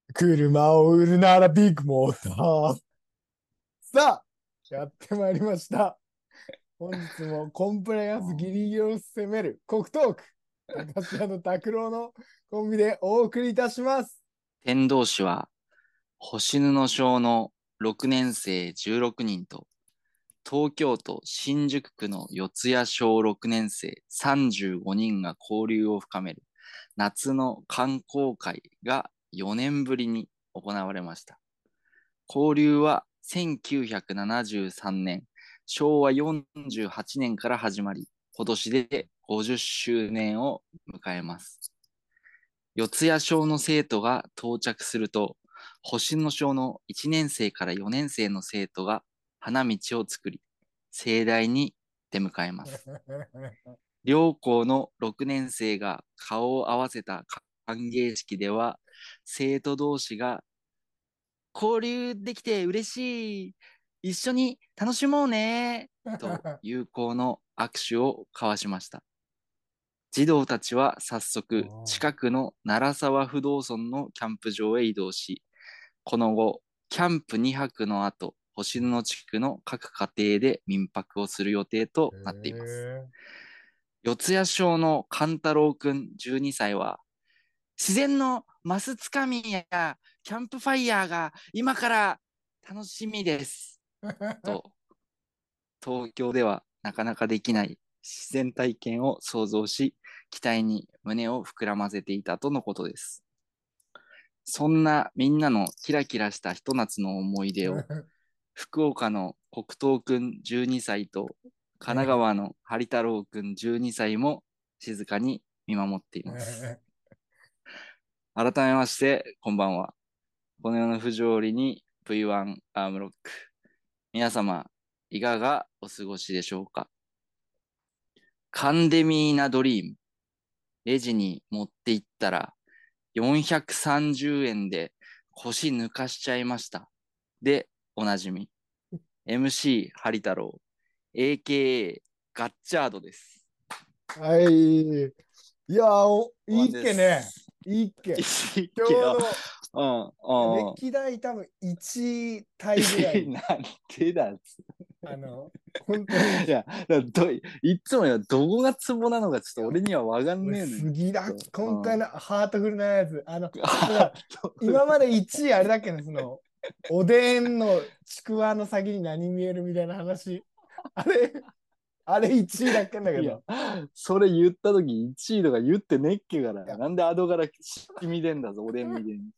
車を売るならビッグモーター。さあ、やってまいりました。本日もコンプライアンスギリギリを攻める国トーク、高橋と拓郎のコンビでお送りいたします。 天童市は星布小の6年生16人と東京都新宿区の四谷小6年生35人が交流を深める夏の観光会が4年ぶりに行われました。交流は1973年、昭和48年から始まり、今年で50周年を迎えます。四谷小の生徒が到着すると、星野小の1年生から4年生の生徒が花道を作り、盛大に出迎えます。両校の6年生が顔を合わせた歓迎式では、生徒同士が交流できて嬉しい、一緒に楽しもうね、と友好の握手を交わしました。児童たちは早速近くの奈良沢不動尊のキャンプ場へ移動し、この後、キャンプ2泊の後、星野地区の各家庭で民泊をする予定となっています。四谷小の勘太郎くん12歳は、自然のマスつかみやキャンプファイヤーが今から楽しみです。と、東京ではなかなかできない自然体験を想像し、期待に胸を膨らませていたとのことです。そんなみんなのキラキラしたひと夏の思い出を、福岡の黒桃くん12歳と神奈川のハリ太郎くん12歳も静かに見守っています。改めまして、こんばんは。この世の不条理に V1 アームロック。皆様、いかがお過ごしでしょうか。カンデミーナドリーム。レジに持って行ったら430円で腰抜かしちゃいました。で、おなじみ。MC ハリ太郎。AKA ガッチャードです。 はい。いやいいっおわんでけね。 す。 いいっけ。 いいけど、 ちょうど、 うん、うん。 歴代多分1位タイぐらい、 なんでだっつ。 本当に、 いや、いつもよ、どこがツボなのかちょっと俺にはわかん俺、 ねえのよ。 杉田、 ちょっ今回と、 のハートフルなやつ。 うん。 だから、 そう。 今まで1位あれだっけね、おでんのちくわの先に何見えるみたいな話。あれ、あれ1位だっけんだけいや、 ど。 それ言った時1位とか言ってねっけから、 いや、 なんで後から染みでんだぞ、おでんみでん。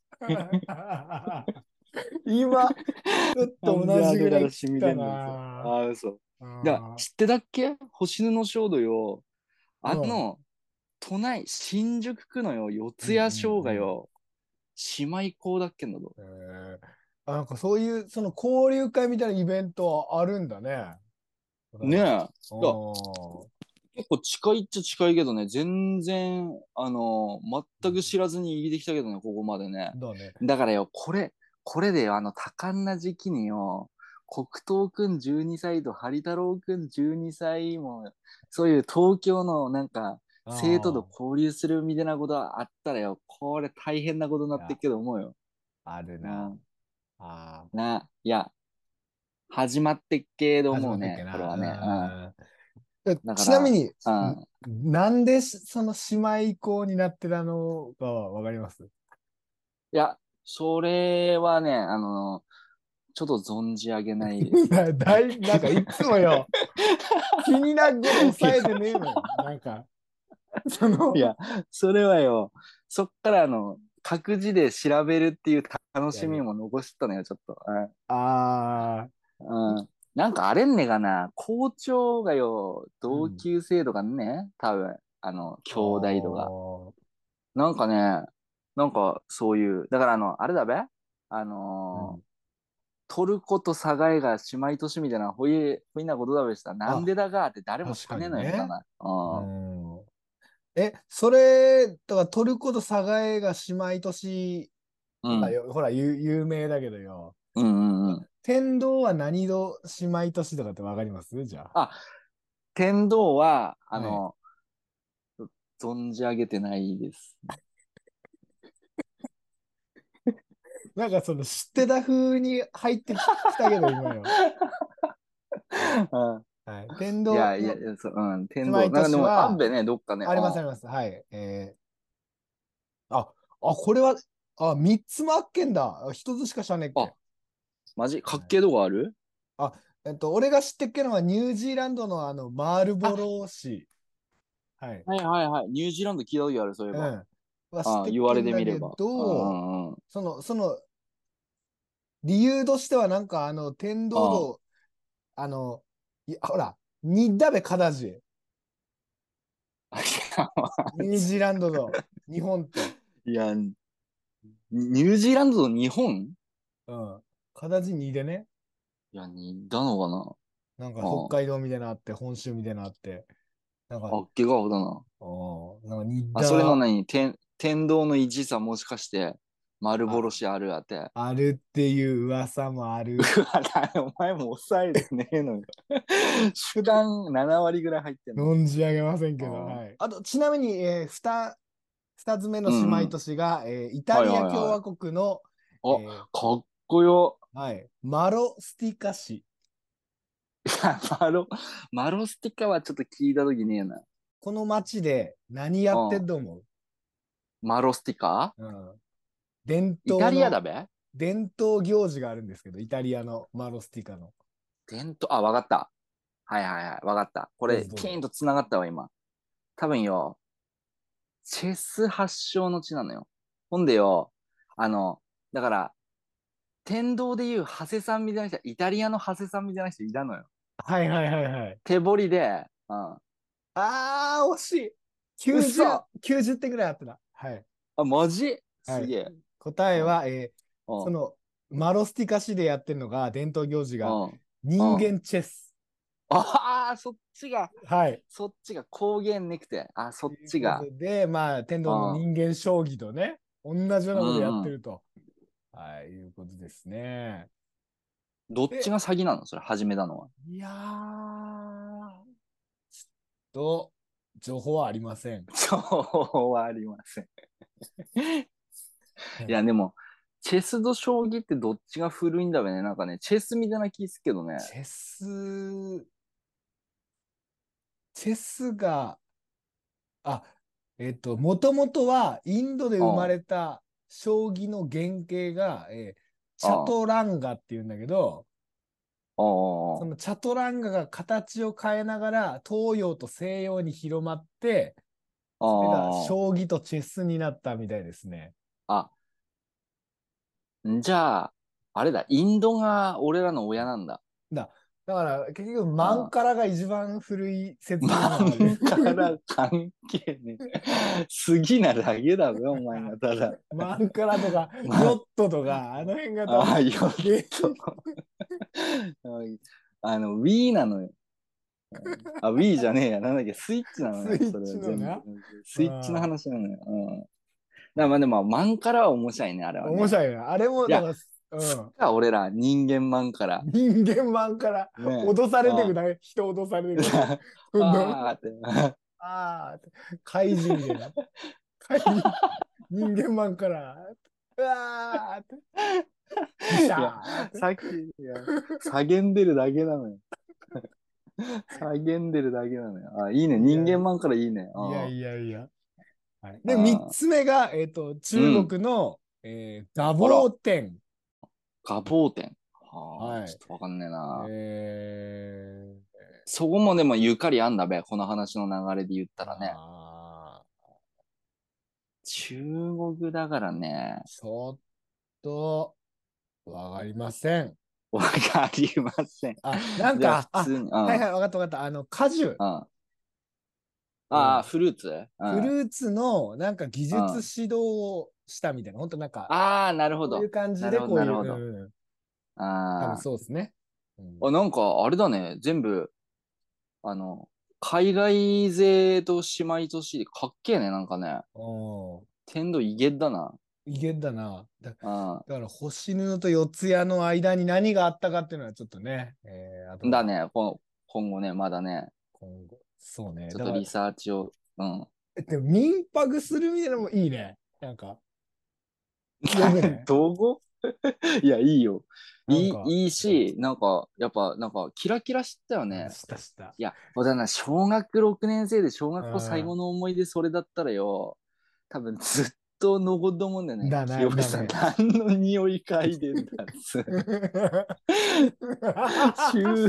今、ちょっとなんで同じぐらい後から染みで来たんだぞ。 な。 ああ、嘘。 あ知ってたっけ星布衝動よ。 うん。 都内、新宿区のよ、四うんう谷小がんよ、姉妹校だっけんだぞ。 うん。なんかそういう、交流会みたいなイベントあるんだね。 ねえ。いや、 おー。 結構近いっちゃ近いけどね、全然、全く知らずに入れてきたけどね、ここまでね。 だね。 だからよ、これでよ、多感な時期によ、黒桃くん12歳とハリ太郎くん12歳も、そういう東京のなんか、生徒とあ交流するみたいなことがあったらよ、これ大変なことになあ。いや、 ってっけど思うよ。 あるな。 うん。 ああ。 いや、始まってっけど始ま思うね、これったっけな。 はね。うん。だから、 ちなみに、 うん。 なんでその姉妹校になってたのかはわかります？ いや、それはね、ちょっと存じ上げないですわ。 なんかいつもよ、気になるけどいや、 抑えてねえのよ。なんか、その、 いや、それはよ、そっから各自で調べるっていう楽いやいや、 しみも残したのよ、ちょっと。 ああ、 うん。なんかあれんねがな、校長がよ、同うん。 級生とかね、多分、兄弟とか。 ああ、 なんかね、なんかそういう、だからあれだべあのーうん。 トルコとサガイが姉妹都市みたいな、ほいなことだべした。なんあ、 でだがって誰も確か知ってねえのよ、みたいにね。 な。 ううん。 ん。それ、だからトルコとサガエが姉妹都市とかうん。 よ、ほら、有名だけどよ。 うんうんうん。 天童は何戸姉妹都市とかってわかりますじゃあ？ あ、天童は、 はい。 存じ上げてないです。 なんかその知ってた風に入ってきたけど、今よ。 うんはい。天いやいや童のいや、そう、天童。 姉妹都なんかでも、あっ市は、 べね、どっかね。 ありますああります。はい。これは、3つもあっけんだ。1つしかしゃねっけ。 あ、マジかはい。 っけえとこある？ 俺が知ってっけのはニュージーランドのマールボあ、 ロ市。はい。 はいはいはい。ニュージーランド聞いた時ある、そういえば。 うん。は知っあ、 てっ言われけんだけてみれば。うんうど、 んうん。 その理由としてはなんか天道あ道、ほら、にだべかだじ。ニュージーランドと日本と。 いや、ニュージーランドと日本うん。かだじにでね。 いや、似たのかな。 なんか北あ海道みたいなのあって、本州みたいなのあって、なんか、 あっけ顔だな。 なんかにあ、それのだ何天道の一さもしかして、丸あ、 殺しあるあて。 あるっていう噂もある。 うわ、お前も抑えてねえのよ。主観7割ぐらい入ってんの。 存じ上げませんけど、 あはい。あと、ちなみに、二つ目の姉うんうん。 妹都市が、イタはいリアはいはい。 共和国の、 あ、 えかっこよ。 はい、マロスティカ市。 いやマロスティカはちょっと聞いたときねえな。 この町で何やってうん。 んと思マロスティカう？うん。伝イタ統の、 リアだべ伝統行事があるんですけど、イタリアのマロスティカの。 わかった。はいはいはい。わかった。これ、 どうぞどうぞ。 ピーンと繋がったわ、今。多分よ、チェス発祥の地なのよ。ほんでよ、あの、だから、天童でいう長谷さんみたいな人、イタリアの長谷さんみたいな人いたのよ。 はいはいはいはい。 手彫りで、うん。 惜しい。90、 嘘 90点ぐらいあったな。はい。 あ、マジはい。 すげえ。 答えうん。 は、 うん。 その、マロスティカ市でやってるのが、伝統行事が、 うん。 人うん。 間チェス。 ああ、 はい。 そっちが高原ネクタイ。あ、そっというこちが。 とで、まあ、天う童のん。 人間将棋とね、同じよううなことやっんうん。 てると。はい、いうことですね。 どっちで、 が詐欺なのそれ始めたのは。 いやー、と、情報はありません。 そうはありません。 はい。 いや、でも、チェスと将棋ってどっちが古いんだべね。なんかね、チェスみたいな気すけどね。 チェスが、あ、もともとはインドで生まうん。 れた将棋の原型が、チャうん。 トランガっていうんだけど、 うん。 そのチャトランガが形を変えながら東洋と西洋に広まって、 うそれがん。 将棋とチェスになったみたいですね。 あ、じゃあ、あれだ、インドが俺らの親なんだ。 だ、だから結局マンうん。 カラが一番古い説がある。 マンから関係ねえ。好きなだけだべ、お前がただ。 マンカラとかヨまットとかあの辺が多あ、 分よっ原と。Wii なのよ。Wii じゃねえや。なんだっけ、スイッチなのよ。そスイッれは全部。 チのな。 スイッチのあ話なのよ。うん。だからまあでも、マンカラは面白いね、あれはね。 面白いな。あれも、 いや、 だから、うん。 俺ら、人間マンカラ。 人間マンからね脅さえ。あれてくだけ、人脅されてくだけ。どんどん、 あーって。 あーって、怪人みたいな。怪人、人間マンから、うわーって、ピシいや、 ャーって。 さっき、いや、叫んでるだけなのよ。叫んでるだけなのよ。あ、いいね。 いや、 人間マンからいいね。 いやいやいや。はい、で、三あつ目が、 うん。 中国の、画あら、 坊店。 画坊店。はあ、 はい。 ちょっとわかんねえな。 えー、 そこもでもゆかりあんだべ。この話の流れで言ったらね。 あ中国だからね。 ちょっと、わかりません。 わかりません。 なんじゃあ普か、 通に、うん。 はいはい、 うん。 わかったわかった。果樹。 ああ、 うん。 フルーツうん。 フルーツの、なんか技術うん。 指導をしたみたいな。本当なんか、 ああ、なるほこういうど。 感じで、 なるほど、 こういう、 なるほど。 多分あそうですね。うあ。 ん。 あ、なんか、あれだね。全部、あの、海外勢と姉妹都市でかっけえね。なんかね。 おー、 天童異げだな。 威厳だな。 あだから、星布と四谷の間に何があったかっていうのはちょっとね、あとでだね。今後ね、まだね、 今後。そうね。 ちょっとリだから、 サーチを、うん。 でも民泊するみたいなのもいいね。なんか、よくね。 どこいや、いいよ。 なんか、 いいし、なんか、やっぱ、なんか、キラキラしてたよね。 したした。 いや、そうだな、小学6年生で小学校最う後の思い出それだったらよ、多分ずっと残ると思うんだよん。 ね。 だな、 清美さん、 だね。 何の匂い嗅いでんだっつ。集、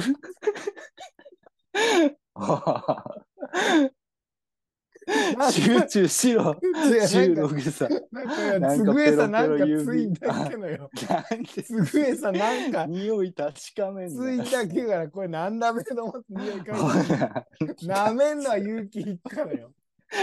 集なんか、 中しろ。 違う、なん収か、 録さ。 なんかよ、 なんつぐえさかペロペロなんかつい指。 たっけのよ。 なんでつぐえさなんか匂い確かめんだ。 ついたっけから、これなんだべと思って匂い嗅いほだら、 ら、 なめんのは勇気いっからよ。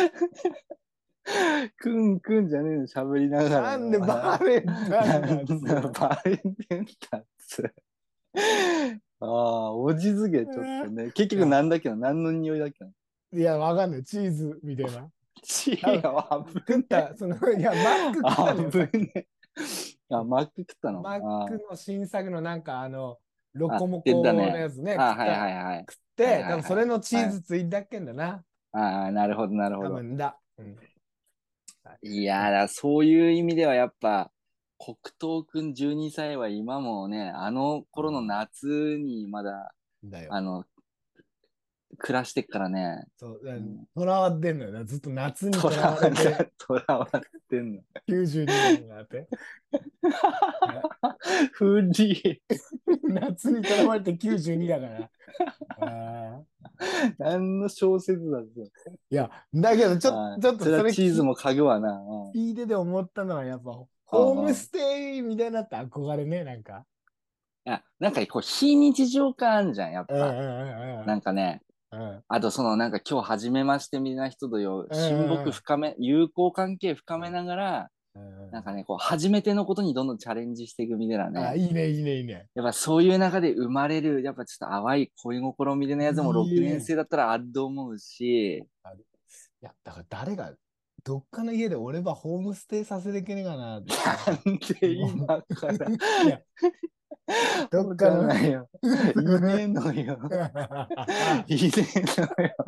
くんくんじゃねえの、喋りながらなんでよ。 バレたんだっつなんバレてんだっつ。ああ、おじずげちょっとね。結局いや、 なんだっけな、何の匂いだっけな。 いや、わかんない。チーズみたいな。 ち多分よ、危ね食った、いや、マック食ったのよ、さっき。 危ねあ、マック食ったのマックの新作のロコモ出たコのね。 やつね、 あ、はいはいはい。 食っはいて、多分そはいはい。 れのチーはい。 ズついたっけんだな。 なるほど、なるほど。 多分だ。うん。 いやー、だからそういう意味ではやっぱ、黒糖くん12歳は今もね、あの頃の夏にまだ、 だよ。 あの、暮らしてっからね。 そう、 うん、 とらわってんのよな。ずっと夏にとらわれてとらわってんの。 92年があって。なフリー。 夏にとらわれて92だから。あー何の小説だぞ。 いや、だけどちょっとそれはそれチーズも嗅ぐわな。 聞いてて思ったのは、やっぱ、ホームうんうん。 ステイみたいになって憧れね、なんか。 なんかこう、非日常感あんじゃん、やっうんうぱ。 んなんかね、 うんうん。うんあとそのなんか今日初めましてみたいな人とよ、 うん親睦うん深め、友好関係深めながら、 うんうん。 なんかね、こう、初めてのことにどんどんチャレンジしていくみたいなあ、 ね。 いいね、いいね、いいね。 やっぱそういう中で生まれる、やっぱちょっと淡い恋心みたいなやつも6年いいね。 生だったらあると思うし、 あるいや、だからどっかの家で俺はホームステイさせていけねえかなって。 なんで今もから、 いや、どっそうじゃかのないよ。いねえのよ。いねえのよ。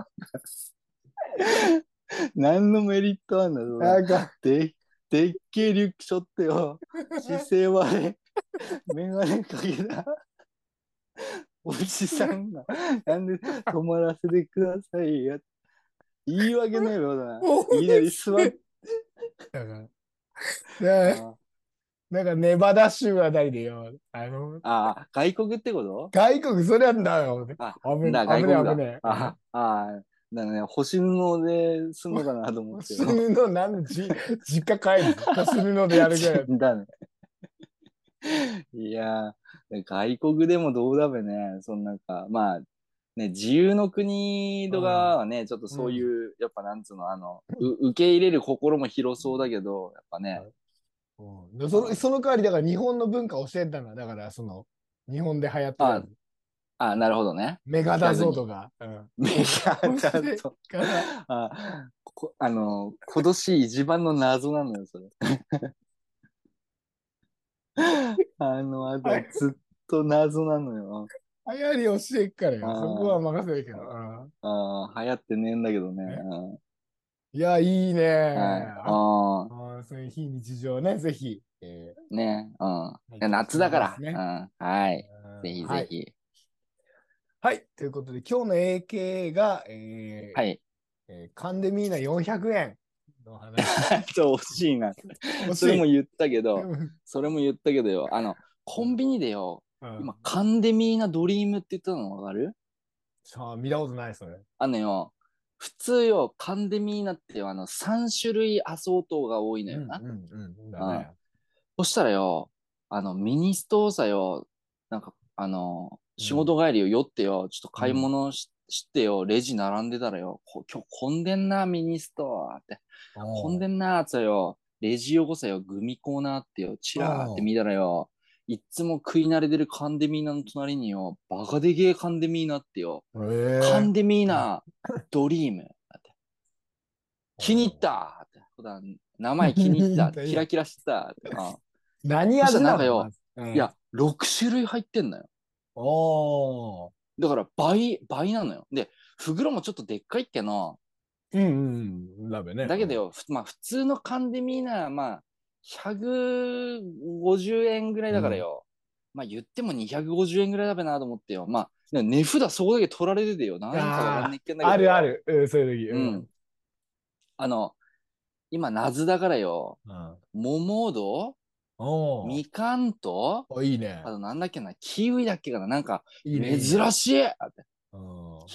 何のメリットあんだろうな。 なんか、 で、でっけえリュック背負ってよ。姿勢割れ、メガネかけたおじさんが、なんで泊まらせてくださいや。言い訳ないよな。 ホーいきなムり座っステイだから、 あなんかネバダ州あたりでよ、 外国ってこと？ 外国それなんだよ。 外危ねえ、危国だ。 ねえ。 だからね、星布ですんのかなと思って星よ。 布なんで実家帰るぞ。星布でやるぐらい。 だね。いや外国でもどうだべね。そのなんか、まあ、ね、自由の国とかうん。 はね、ちょっとそういうん。 う、やっぱなんつうの、受け入れる心も広そうだけど、やっぱね、 うんであその代わり、だから日本の文化教えたのは、だから日本で流行ってるやあ、 つ。 なるほどね。 メガだ逆に。 ぞとか。うん。 メガ教えだと。 から、 今年一番の謎なのよ、それ。あとはずっと謎なのよ。 流行り教えっからよ。そこはあ任せるけど。うん。 流行ってねえんだけどね。 ねいや、いいね。 はい。 そういう非日常ね、ぜひ、 ね、いや体験してみ夏だから。 たいですね。 はい。ぜひうんはい。 ぜひ。 はい。ということで、今日の AK が、 はい。 カンデミーナ400円の話。 惜しいな。 惜しい。 それも言ったけど、 うんそれも言ったけどよ。コンビニでよ、今、 うんカンデミーナドリームって言ったのわかる？ さあ、見たことない、それ。 よ、普通よ、カンデミーナってよ、3種類アソートが多いのうんよな。 うん。だうん。 ね。 そしたらよ、ミニストをさよ、なんか、仕うん。 事帰りよ、寄ってよ、ちょっと買いうん。 物してよ、レジ並んでたらよ、今日混んでんな、ミニストって。混んおーでんな、ってよ、レジ横さよ、グミコーナーってよ、チラーってお見たらよ、いっつも食い慣れてるカンデミーナの隣によ、バカでけえカンデミーナってよ、カンー。えデミーえナドリームって気に入っおたって。名前気に入った。 いや、 キラキラしてたって。 何そした味なのまらなんかよ、 ず。うん。 いや、6種類入ってんのよ。 おー。 だから倍なのよ。で、袋もちょっとでっかいっけな。 うんうんうん。だべね。うん。 だけどよ、まあ普通のカンデミーナ、まあ、 150円ぐらいだからよ。まあ言っても250円ぐらいだべなと思ってよ。まあ、値札そこだけ取られててよ。なんかわかんあねっけんだあ、あけどよ。 るある。うん、そういう時。 うん。あの、今、夏だからよ。 うん。 桃と、 おー。 みかんと、 お、いいね。 あとなんだっけな、キウイだっけかな。なんか、 いいね、 珍いいね。 しいって、 うん。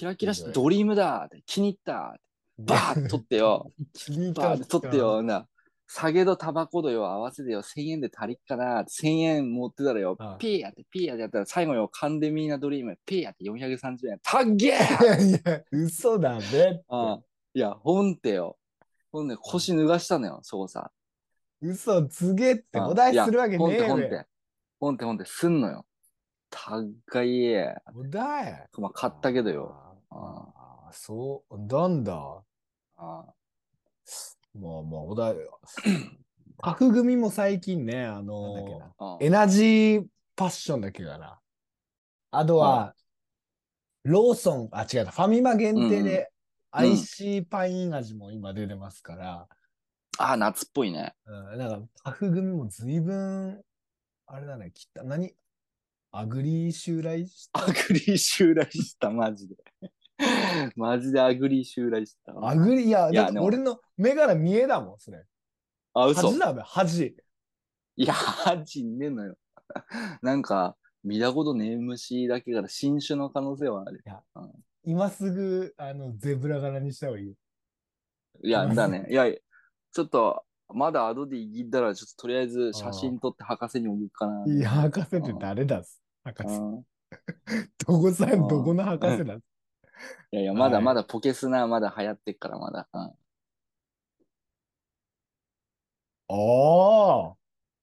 キラキラしていいじゃない。 ドリームだって気に入ったって。バーッと取ってよ。 気に入ったのバーッと取ってよ。下げとタバコとよ、合わせてよ、1000円で足りっかなって、1000円持ってたらよ、 あ。 ピーやって、ピーやってやったら、最後よ、カンデミーナドリーム、ピーやって430円。たっげいーやいや、嘘だべって。 あいや、ほんてよ。ほんで、腰脱がしたのよ、そうさ。 嘘つげってお題いや、 するわけほんてねえべ。 ほんて。ほんてほんて、すんのよ。たっがいえ。 お題。 まあ、買ったけどよ。 そう、なんだ。 あまあまあ、お題。パフ組も最近ね、なんだっけな。 あエナジーパッションだっけかな。あとあは、ローソン、あ、違う、ファミマ限うんうん。 定で、アイうん。 シーパイン味も今出てますから、 ああ、夏っぽいね。 なんか、パフ組も随分、あれだね、何アグリー襲来したアグリー襲来した、マジで。マジでアグリー襲来した。 アグリ、いや、 いや、 だってでも、 俺の目から見えだもん、それ。 あ、嘘。 恥だべ、恥。 いや、マジねえのよ。なんか、見たことねえ虫だけから新種の可能性はある。 いや、 うん、 今すぐ、ゼブラ柄にした方がいい。 いや、 今すぐ。 だね。いや、ちょっと、まだアドでいぎったら、ちょっととりあえず写ああ。 真撮って博士に送るかないや、 と思って。 博士って誰だす博士。 うん。うん。 どこさん、どこうん。 の博士だすいやいや、まだはい。 まだポケスナまだ流行ってっからまだ。うん。 おー。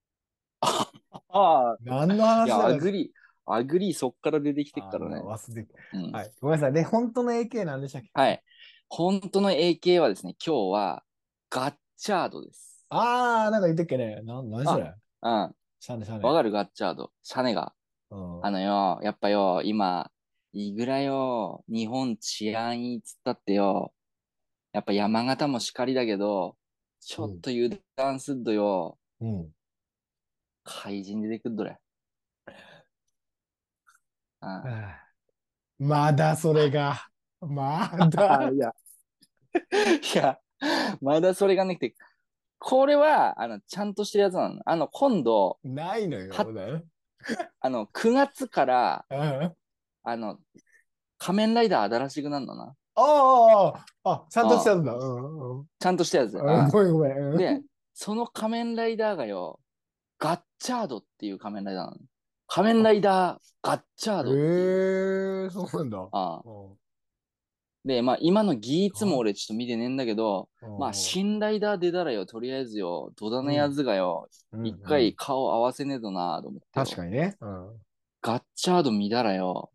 ああ、 何のいや、 話だかアグリーそっから出てきてっからね。 忘れて。 うん。 はい。ごめんなさい。で、本当の AK なんでしたっけはい。本当の AK はですね、今日はガッチャードです。 なんか言ってっけね。何そあ、 れうん。 シャネシャネ。 わかるガッチャード。シャネが。 うん。 あのよ、やっぱよ、今、いくらよ、日本治安いいっつったってよ、やっぱ山形もしかりだけど、ちょっうん。 と油断すっとよ、 うん。 怪人出てくっどれ。うん。 はあまだそれが。まだ。 いや、いや、まだそれがなくて、これは、ちゃんとしてるやつなの。今度、 ないのは、 よ。だ 9月から、 ああの、仮面ライダー新しくなるのな。 ちゃんとしたああ、 んだ。うん。うんちゃんとしたやつ。ああ。 ごめんごめん。 で、その仮面ライダーがよ、ガッチャードっていう仮面ライダーなの。仮面ライダーガッチャードっていう。 そうなんだ。 ああ。 うんで、まあ今のギーツもが俺ちょっと見てねえんだけど、まあうん新ライダー出たらよ、とりあえずよ、戸田のやうん。 つがよ、 うん。 一うん。 回顔合わせねえとなと思ってよ。 確かにね。うん。 ガッチャード見たらよ、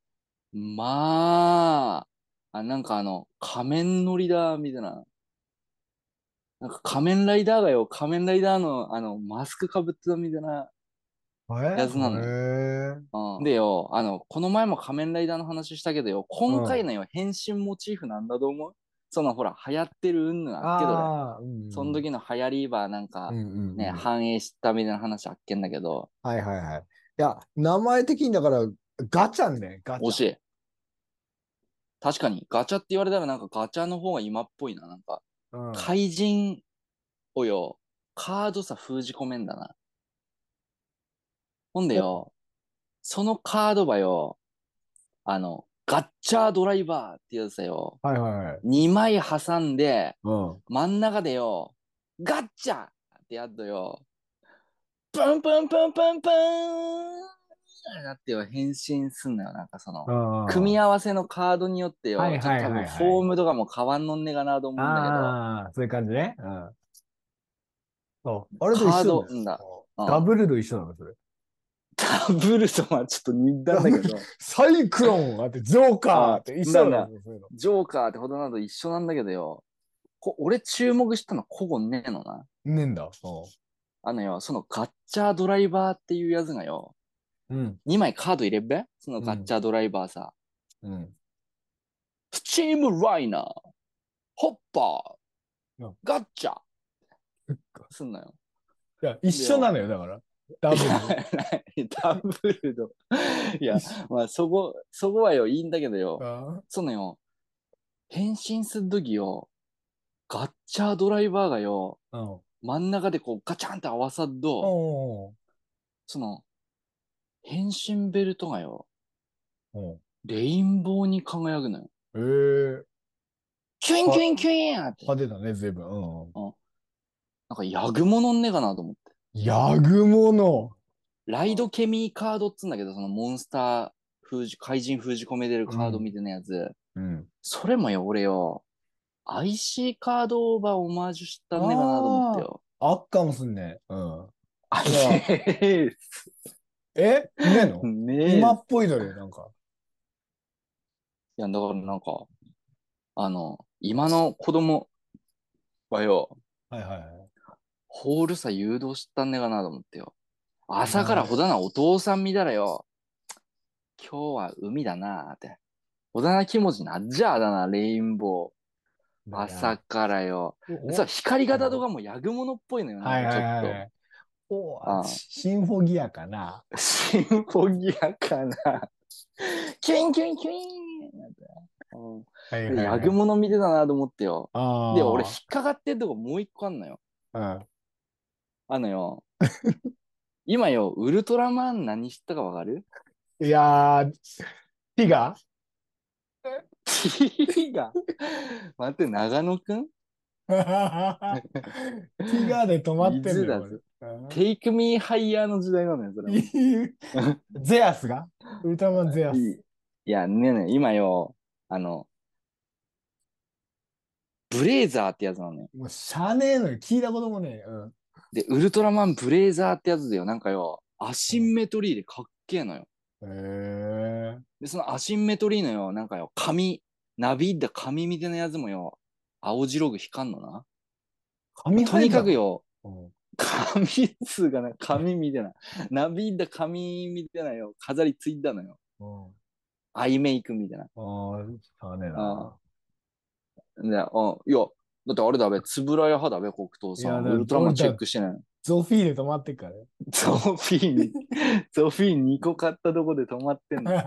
まあ、なんか仮面乗りだ、みたいな。なんか仮面ライダーがよ、仮面ライダーのマスクかぶってたみたいなやつなのよ。うん、でよ、この前も仮面ライダーの話したけどよ、 うん。 今回のよ、変身モチーフなんだと思う。そのほら、流行ってる云々あっけどれ。 うん。 その時の流行りばなんか、 うんうんね、 うん。 反映したみたいな話あっけんだけど、 はいはいはい。いや、名前的にだから、ガチャンね、ガチャン。 惜しい。確かに、ガチャって言われたらなんかガチャの方が今っぽいな。なんか、 うん。 怪人をよ、カードさ封じ込めんだな。ほんでおよ、そのカードばよ、ガッチャードライバーってやつだよ。 はいはいはい。 2枚挟んで、 うん。 真ん中でよ、ガッチャってやっとよ、プンプンプンプンプンなってよ、変身すんのよ。なんかその、組みうん。 合わせのカードによってよ、ちょっとはいはい多分フはいはい。 ォームとかも変わんのんねえかなと思うんだけど、 そういう感じね。うん。そう。あれと一カード、 緒だよ。 んだ。うん。 ダブルと一緒なの、それ。 ダブルとはちょっと似たダブル、 んだけど、 サイクロンあって、ジョーカーあって一緒なの、 だな、 そういうの。 ジョーカーってほどなど一緒なんだけどよ、俺注目したの古語ねえのな。 ねえんだ。 そのガッチャードライバーっていうやつがよ、 うん。 2枚カード入れっべそのうん。 ガッチャードライバーさ。 うん。 スチームライナー、ホッパー、 うん。 ガッチャすんのよ。 いや、一緒なのよ、だから。ダブル。 ダブルの。いや、まあそこはよ、いいんだけどよ。 あそのよ、変身するときよ、ガッチャードライバーがよ、 あ。うん。 真ん中でこうガチャンって合わさっと、 おー。 その、変身ベルトがよ、 おレインボーに輝くのよ。 ー。 キュインキュインキュインって。 派手だね、随分。うん。 うん。なんか、ヤグモノんねかなと思って。 ヤグモノ。 ライドケミーカードっつうんだけど、そのモンスター怪人封じ込めてるカードうん。 みたいなやつ。 うん。 それもよ、俺よ、IC カードオーバーオマージュしたんねかなと思ってあよ。 あ、あっかもすんね。うん。 あ、 だから、 ねねええ。 のねえ。 今っぽいだよ、なんか。 いや、だからなんか、今の子供はよ、 はいはいはい。 ホールさ誘導したんねかなと思ってよ。朝からなほだなお父さん見たらよ、今日は海だなーって。ほだな気持ちなっじゃあだな、レインボー。 いや、 朝からよ。さ、 お、 光うん、 型とかもヤグモノっぽいのよ、なんかはいはいちょっと。 はいはい。 あシンフォギアかな。 シンフォギアかな。キュインキュインキュインなんて、 はいで、 はいはい。 ヤグモノ見てたなと思ってよ。で、俺引あっかかってんとこもう一個あんのよ。 あ、 あのよ、今よ、ウルトラマン何知ったかわかる？ うん。いやー、ティガ T が、待って、長野くんティガで止まってんのよ、俺。 いずだぜ。テイクミーハイヤーの時代なのよ、それも。 ゼアスがウルトラマンゼアス。 いや、ねえねえ、今よ、あの、ブレイザーってやつなのよ。 もうしゃあねえのよ。聞いたこともねえ。うん。 で、ウルトラマンブレイザーってやつだよ。なんかよ、アシンメトリーでかっけえのよ。 へえ。 で、そのアシンメトリーのよ、なんかよ、なびいた紙みたいなやつもよ、青白く光んのな。まあ紙とに生えてたの？ かくよ、 うん。 紙っつうかな、紙みたいな。なびいた紙みたいなよ、飾りついたのよ。 うん。 アイメイクみたいな。 ああ、しゃあねえあな。 で、いや、だってあれだべ、つぶらや派だべ、黒糖いや、 さん。ウルトラマンチェッ俺クしてない。 ゾフィーで止まってっからね。 ゾフィーに、ゾフィー2個買ったとこで止まってんの。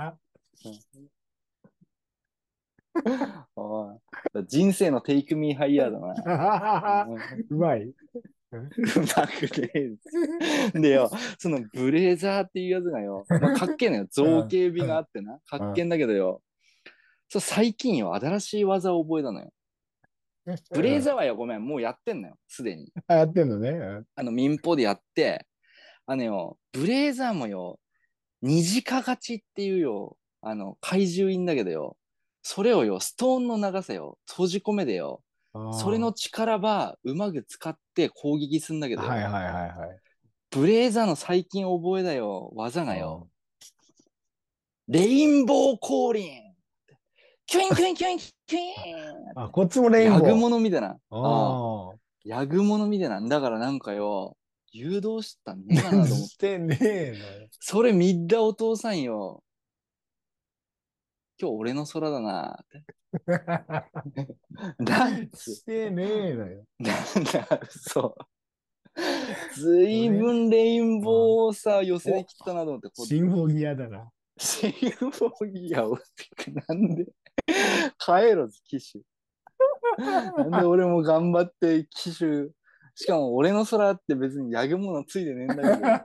おい人生のテイクミーハイヤーだな。 うまい。 うまくねえ。でよ、そのブレザーっていうやつがよ、まあ、かっけえのよ。造形美があってな。かっけえんだけどよ、最近よ、新しい技を覚えたのよ。ブレザーはよ、ごめん、もうやってんのよ。すでに。 やってんのね。 民放でやって、ブレザーもよ、虹かがちっていうよ、怪獣いんだけどよ、それをよ、ストーンの長さよ、閉じ込めでよ、それのあ力ばうまく使って攻撃するんだけあ、 どよ、 はいはいはいはい。 ブレイザーの最近覚えだよ、技がよ、 あレインボー降臨キュインキュインキュインキュインっあ、 て、 こっちもレインヤグボー。 モノみたいな。 ああ。 ヤグモノみたいな。だからなんかよ、誘導したんねえかなと思って。 してねえのよ。 それみんなお父さんよ、今日俺の空だなって。なんつ、 してねえのよ。 なんだ、そう。ずいぶそれ、 んレインあ、 ボーをさ、寄せてお、 きたなと思って、 シンフォギアだな。 シンフォギアを、なんで、帰ろず、機種。なんで俺も頑張って機種、しかも俺の空って別にヤグモノついてねえんだけどよ。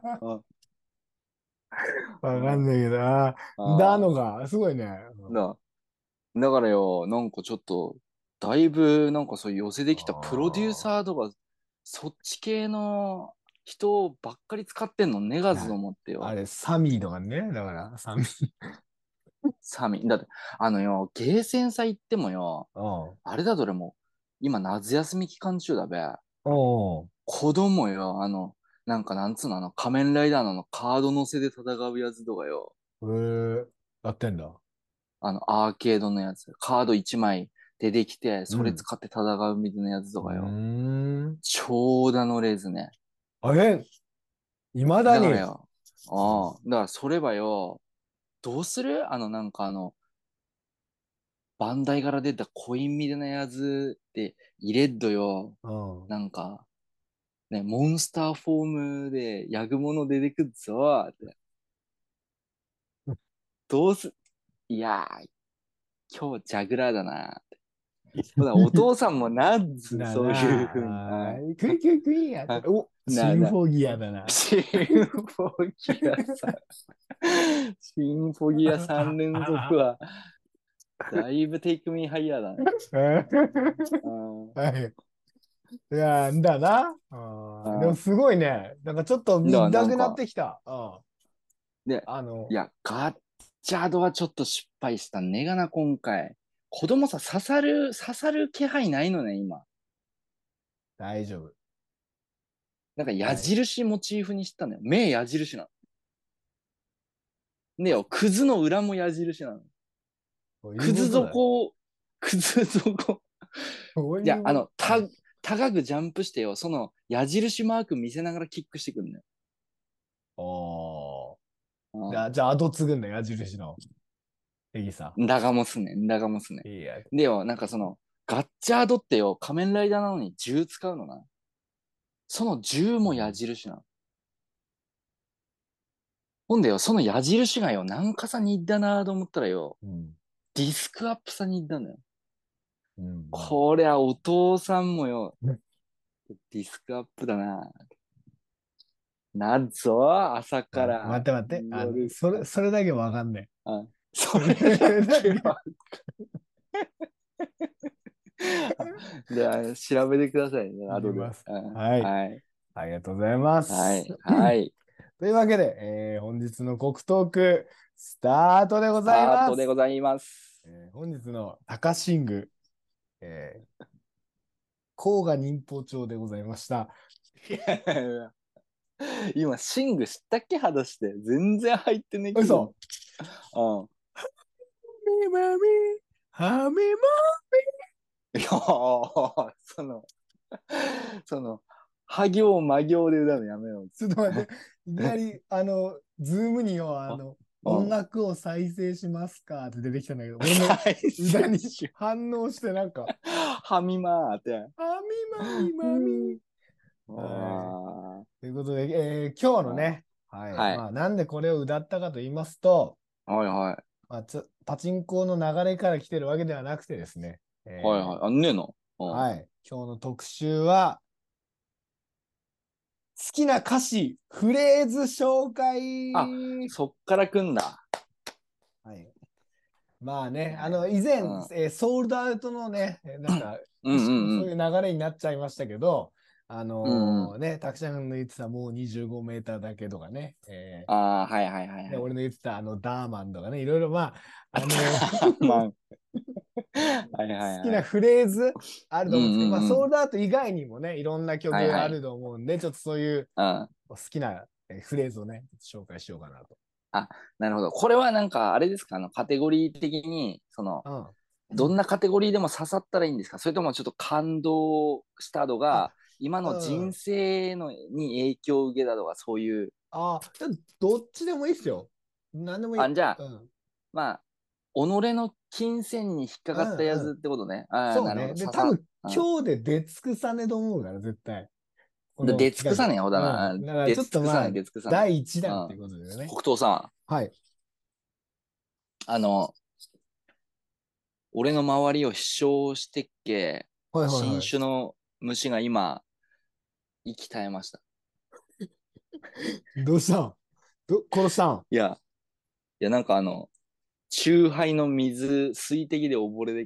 わかんないけど、だあのが、すごいね。 だ、だからよ、なんかちょっと、だいぶなんかそういう寄せてきたプロデューあサーとか、そっち系の人ばっかり使ってんのねがずと思ってよ。 あれ、サミーとかね。だから、サミー。 サミ。だって、ゲーセン祭行ってもよ、 うん。 あれだどれも、今夏休み期間中だべ。 お子供よ、なんかなんつうの、仮面ライダーのカード乗せで戦うやつとかよ。 へえ、やってんだ。 アーケードのやつ。カード1枚出てきて、それうん。 使って戦うみたいなやつとうーかよ。 ん。 長蛇の列ね。 あれ、いまだに。 だからよ、だからそれはよ、どうするなんかバンダイから出たコインみたいなやつで入れっどよ。 うん。 なんか、 ね、モンスターフォームでヤグモノ出てくっぞーって。どうす、いやー、今日ジャグラーだなーって。ほら、お父さんもナッズ、 だそういうふうに。 なぁ。クイクイクイやって。 あお、シンフォギアだな。 シンフォギアさん。シンフォギア3連続は、だいぶテイクミーハイヤーだね。 はい。いや、んだな。でもすごいね。なんかちょっとだから見たくなっなんか、 てきた。 で、 あの、 いや、ガッチャードはちょっと失敗したねがな、今回。子供さ、刺さる気配ないのね、今。 大丈夫。 なんか矢はい。 印モチーフにしたのよ。目矢印なの。でよ、クズの裏も矢印なの。 こういうクズことだ。 底を、クズ底。 こういや、 いうこと。はい。 高くジャンプしてよ、その矢印マーク見せながらキックしてくるのよ。 おー。 うんじゃあ、後継ぐんだよ、矢印の。エギさんだがもすね、んだがもすね。 ん。いや。 でよ、なんかその、ガッチャードってよ、仮面ライダーなのに銃使うのな。その銃も矢うん。 印なの。ほんでよ、その矢印がよ、なんかさにいったなと思ったらよ、 うん。 ディスクアップさにいったのよ。 うん。 こりゃお父さんもよ、 うん。 ディスクアップだな。なんぞ、朝か待っらて待って。 夜、 それだけわかんねあ、 え。そそれだれだけ。 けは。で、調べてくださいね、後で。 言います。はい。 はい。 ありがとうございます。 はい。はい。 というわけで、本日の国トーク、スタートでごスざいタートでごます。 ざいます。 本日の高寝具、え甲賀忍法帳でございました。 いやいや今、シング知ったっけ話して。全然入ってねえけど。 嘘。 うん。 みまみ、はみま。 いやその、は行ま行で歌うのやめよう。 ちょっと待って、いきなり、ズームによ、 あ、 音うん。 楽を再生しますかって出てきたんだけど、俺の再歌に生しよ反応してなんか、 う。はみまーって。 はみまみまみ。はい。 あということで、今日のあ。 ね、はい。 はい。 まあ、なんでこれを歌ったかと言いますと、 はいはい。 まあ、パチンコの流れから来てるわけではなくてですね、 はいはい。あんねえの。うん。 はい。今日の特集は、好きな歌詞、フレーズ紹あ、 介。 そっから来んだ。 はい。まあね、 いやいや。 以前、 うん。 ソールドアウトのね、なんか、 うんくしくもうんうん。 そういう流れになっちゃいましたけど、 うんうん。 ね、たくちゃんの言ってたもう25メーターだけとかね、 ああ、はいはいはいで、 はい。 俺の言ってたダーマンとかね、いろいろまあ、 まあ、 好はいはいきなはい。 フレーズあるうんと思うんですけど、まあ、 うんうん。 ソールドアウト以外にもね、いろんな曲あるはいはい。 と思うんで、ちょっとそういううん。 好きなフレーズをね、紹介しようかなと。 あ、なるほど。これはなんか、あれですか、カテゴリー的に、 うん。 どんなカテゴリーでも刺さったらいいんですか？それともちょっと感動したのあ、 が、今うの人ん。 生に影響を受けたとか、そういう。 でもどっちでもいいっすよ。何でもいい。 じゃあ、 うん。 まあ、己の金銭に引っかかったやつうんうん。 ってことね。 そうね。 なるほど。 で、多分うん今日で出尽くさねえと思うから、絶対。こで、 の出尽くさねえ企ほだ画。 な。 うん。だから出ちょっとまあ、 尽くさねえ、出尽くさね第一え。う弾っていうん。 ことでね。 北斗さはい。 ん、俺の周りを飛翔してっけ、新はいはいは種の虫が今、息絶えました。 い。どうしたん？殺したん？ いや、なんか酎ハイの水、水滴で溺れて、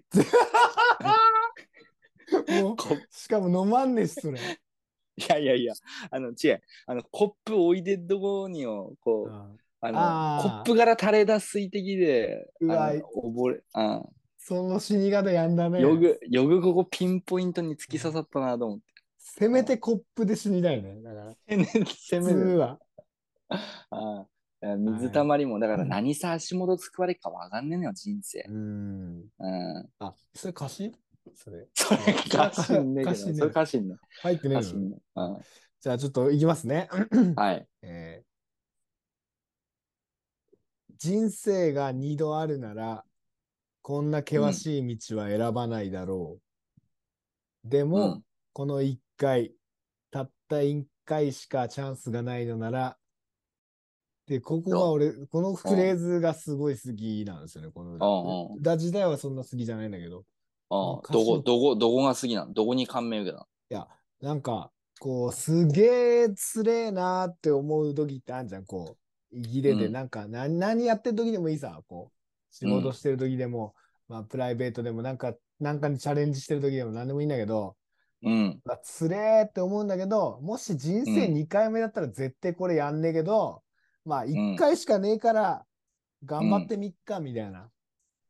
もう、 こ、 しかも飲まんねし、それ。 いやいやいや、違う、コップ置いてるとこによ、こう、 うん。 コッああ、 プから垂れ出す水滴で、 うわ、 溺れ、 その死に方やんだね。 よくここピンポイントに突き刺さったなと思って。 せめてコップで死にたいね。だから、普攻める。 通は。 あ水はい。 たまりも、だから何さ足元すくわれるかわかんねえのよ、人生。 うーん。 うん。 それ歌詞？それ。 それいや、それはかしんねえけど、それ歌詞ね。 かしんね。 入ってねえの？ かしんね。うん。 じゃあちょっといきますね。 はい。 え人生が二度あるなら、こんな険うん。 しい道は選ばないだろう。でも、 うん。 この一回、たっった1回しかチャンスがないのなら、で、ここが俺、このフレーズがすごい好きなんですよね、この歌。歌自体はそんな好きじゃないんだけど、 どこが好きなの？どこに感銘受けたの？ いや、なんか、こう、すげえつれえなーって思う時ってあるじゃん、こう、入れで、なんか、何やってる時でもいいさ、こう、仕事してる時でも、まあ、プライベートでも、なんかにチャレンジしてる時でも何でもいいんだけど、つれーって思うんだけど、もし人生2回目だったら絶対これやんねえけど、まあ、1回しかねえから、頑張ってみっか、みたいな。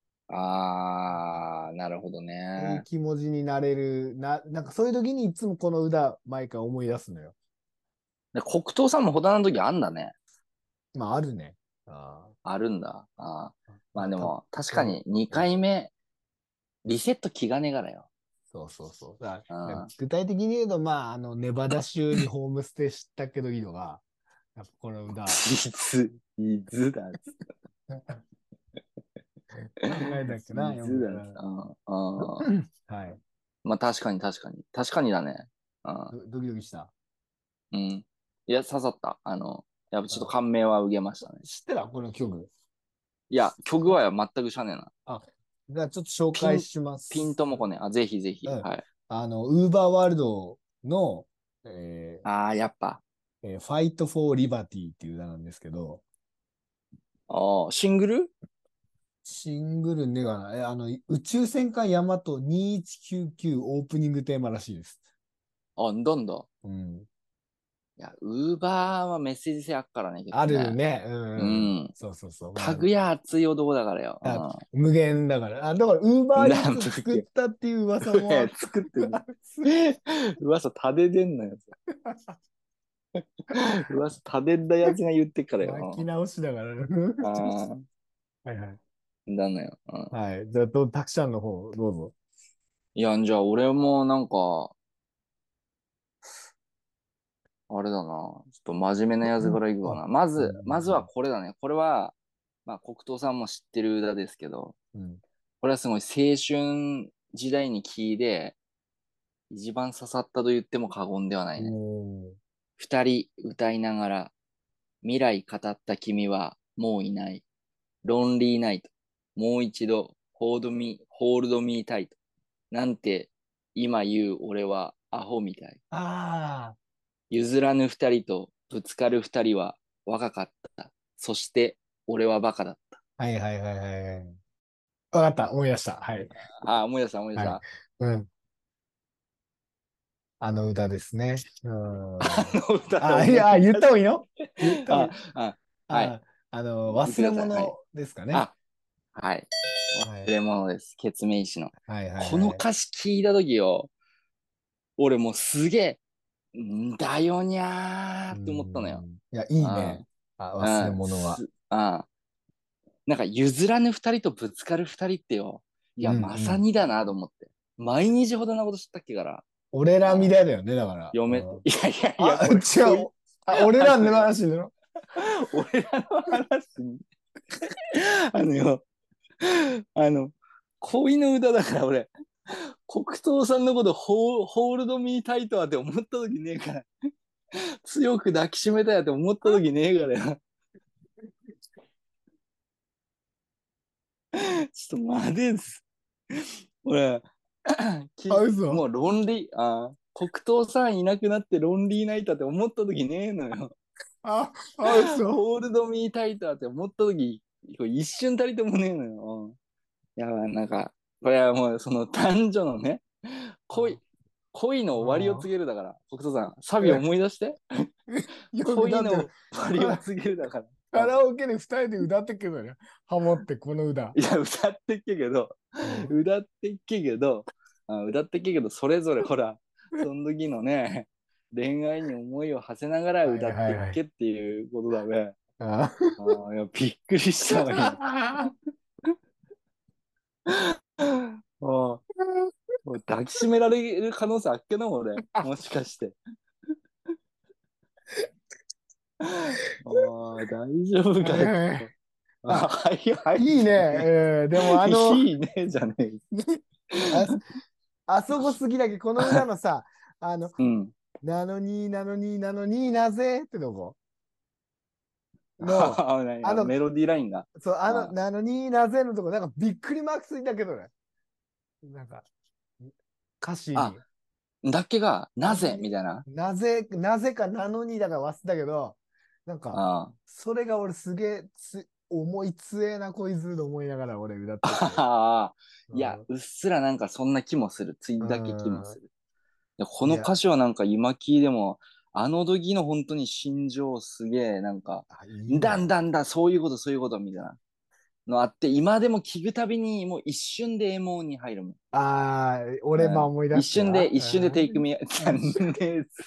ああ、なるほどそういうね。 気持ちになれるなんかそういう時にいつもこの歌、毎回思い出すのよ。 で黒糖さんもホタの時あんだね。 まあ、あるね。ああるんだ。まあでたも、確かに2回目、リセット気兼ねがらよ。 そうそうそう。具体的に言うと、まあ、ネバダ州にホームステイしたけどいいのが、やっぱこの歌。 いつだっつ考えたっけな、 い読つだっつはい。 まあ確かに確かに。確かにだね。 ドキドキした。 うん。いや、刺さった。やっぱちょっと感銘は受けましたね。 知ってたこの曲。 いや、曲は全くしゃねえな。 じゃあちょっと紹介します。 ピンともこね。ぜひぜひ。はい。 ウーバーワールドの、 やっぱ。 Fight for Liberty っていう歌なんですけど、 シングル？ シングルねがな、宇宙戦艦ヤマト2199オープニングテーマらしいです。 なんだ。 うん。 いや、ウーバーはメッセージ性あっからね、結あ構ね。 るね。 うん。 そうそうそう。 かぐや熱い男だからよ。 無限だから。だから、ウーバーイーツ作ったっていう噂も作ってる。噂立てでんのよ。噂立てんだやつが言ってっからよ。 巻き直しだから。はいはい。 だのよ。 はい。じゃあ、たくちゃんの方、どうぞ。 いや、じゃあ俺もなんか、あれだな。ちょっと真面目なやつからいくかな。まずはこれだね。これは、まあ、黒糖さんも知ってる歌ですけど、これはすごい青春時代に聴いて、一番刺さったと言っても過言ではないね。二人歌いながら、未来語った君はもういない。ロンリーナイト。もう一度、ホールドミータイト。なんて、今言う俺はアホみたい。譲らぬ二人とぶつかる二人は若かった。そして俺はバカだった。 はいはいはいはい。わかった。思い出した。はい。 思い出した思い出した。 うん。あの歌ですね。 いや、言った方がいいの？言った方がいい。 はい。 忘れ物ですかね。 はい。忘れ物です。ケツメイシの。 はいはい。 この歌詞聞いたときよ、俺もうすげえ、んだよにゃーって思ったのよ。 いや、いいね。忘れ物は。 なんか譲らぬ二人とぶつかる二人ってよ。いや、まさにだなと思って。毎日ほどなこと知ったっけから。 俺らみたいだよね、だから。 いやいや、これ違う。俺らの話だろ。 俺らの話に。恋の歌だから俺、黒糖さんのことホールドミータイトはって思った時ねえから。強く抱きしめたやって思った時ねえからよ。ちょっと待てです。俺、もうロンリー、黒糖さんいなくなってロンリーナイターって思った時ねえのよ。ホールドミータイターって思った時、一瞬たりともねえのよ。いや、なんか、これはもうその男女のね、恋の終わりを告げるだから、黒糖さん、サビ思い出して。恋の終わりを告げるだから。 カラオケで2人で歌ってっけどね。ハモってこの歌。 いや、歌ってっけけど、それぞれほら、その時のね、恋愛に思いを馳せながら歌ってっけっていうことだべ。いや、びっくりしたわ、もう抱きしめられる可能性あっけな、俺。もしかして。大丈夫かよ。 いいね。でもいいねじゃねえ。 あそこ好きだけど、この歌のさ、 なのに、なのに、なのになぜってとこの、あの、 メロディーラインが。 そう、 あなのになぜのとこ、なんかびっくりマークついたけどね。なんか、歌詞あ、 に。 だけが、なぜみなのに、 たいな。 なぜかなのにだから忘れたけど、なんか、 あそれが俺すげえ思い強えな、こいつと思いながら俺歌ってて。 あ。いや、 うん。 うっすらなんかそんな気もする。つういだけ気もすん。 る。でこいや、 の歌詞はなんか今聞いても、あの時の本当に心情すげえ、なんか、 あ、いいだんね。 だんだ、そういうこと、そういうこと、みたいなのあって、今でも聞くたびにもう一瞬でエモに入るもん。 ああ、俺もうん。 思い出すか一瞬でテイクミア、 うん。 残念です。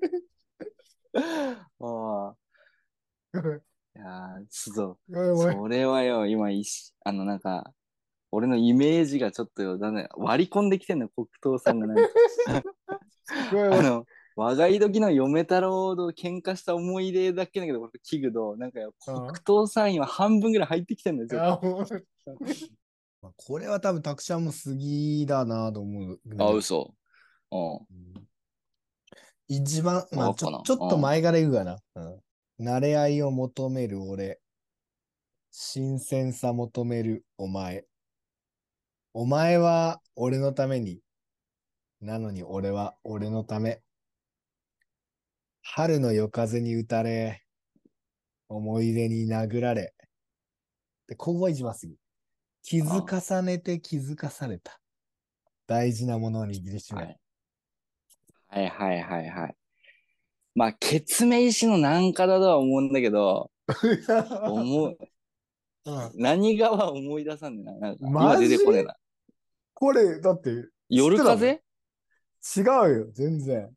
ああ。いやー、 ごめん。 それはよ、今なんか、俺のイメージがちょっとよ、だね、割り込んできてんの、黒糖さんがなんか。 ごめん、ごめん。 あの、我がい時の嫁太郎と喧嘩した思い出だけだけど、俺聞くと、なんかよ、黒うん。 糖さん今半分ぐらい入ってきてんのよ、ちょっと。 あ、もうまあこれは多分、たくちゃんも杉だなと思うんだあ、 けど、 嘘。うん。 うん一番、まあ、 わかっかな。 ちょっとうん。 前から言うかな。うん。慣れ合いを求める俺、新鮮さ求めるお前。お前は俺のために、なのに俺は俺のため。春の夜風に打たれ、思い出に殴られ。で、ここが一番すぎ。傷あ、 重ねて気づかされた。大事なものを握りしめ。 はい。はいはいはいはい。まあ、ケツメイシのなんかだとは思うんだけど、思う、 うん。 何がは思い出さんねんな。なんか、今出マジてこねえな。 これ、だって、知ってたの夜風違うよ、全然。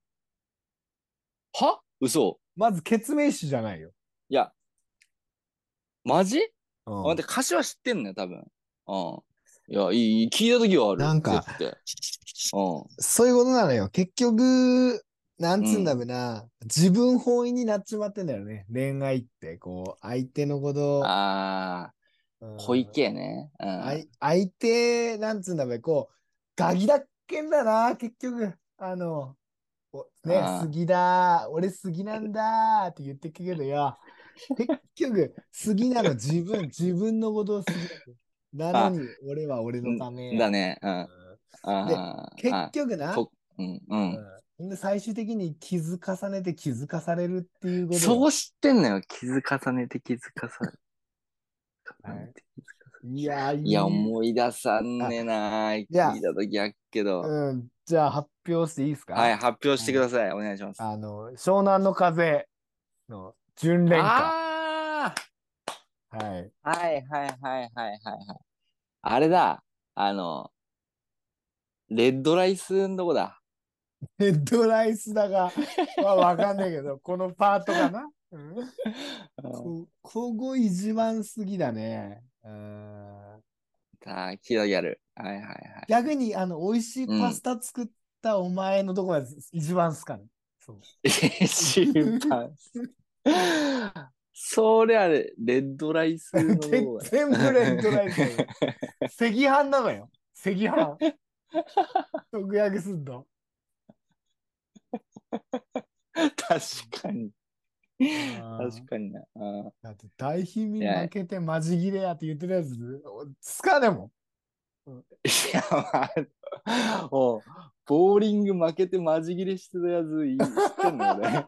は嘘。 まず、ケツメイシじゃないよ。 いや、マジうん。 待って、歌詞は知ってんのよ、多分。うん。いや、聞いた時はある。 なんか、 絶対。うそういうことなのよ。結局、なんん。うつうんだん。 べな。自分本位になっちまってんだよね。恋愛って、こう、相手のこと、 あー、 う小ん、 池ね。うん。 相手、なんつうんだべ、こう、ガキだっけんだな、結局。ね、 あ杉だ、俺杉なんだって言ってくけどよ。結局、杉なの自分のことを杉だと。なのあ、 に、俺は俺のため。 だね。うん。 うんで、結あ、 局な、 うん、うん。 うん。で、最終的に気づかさねて気づかされるっていうことよ。 そう知ってんのよ。気づかさねて気づかさ、重はねて気づかさ。 い。いや、いいや、 い。 思い出さんあ、 ねな。聞じゃあ、 いた時やっけど。 うん。じゃあ発表していいですかはい、発表してくはい。 ださい。お願いします。 湘南の風の純恋歌。 あはい。 あ、はいはいはいはいはいはい。あれだ。あの、レッドライスんとこだ。 ヘッドライスだが、はわかんないけど、このパートかな、うん、 うんここ一番好きだね。うん、 聞いた時ある。はいはいはい。 逆に、美味しいパスうん。 タ作ったお前のとこが一番好かね。そう。 一番。それあれ、レッドライスのとこ全部レッドライスだよ。 だ。 赤飯なのよ。赤飯。直訳すんの。 確かに。 ああ。 確かにな。 だって、大貧いや、い民負けてマジギレやって言ってるやつ、つかでも。うんや、もう、ボーリング負けてマジ切れしてたやつ知ってんの俺。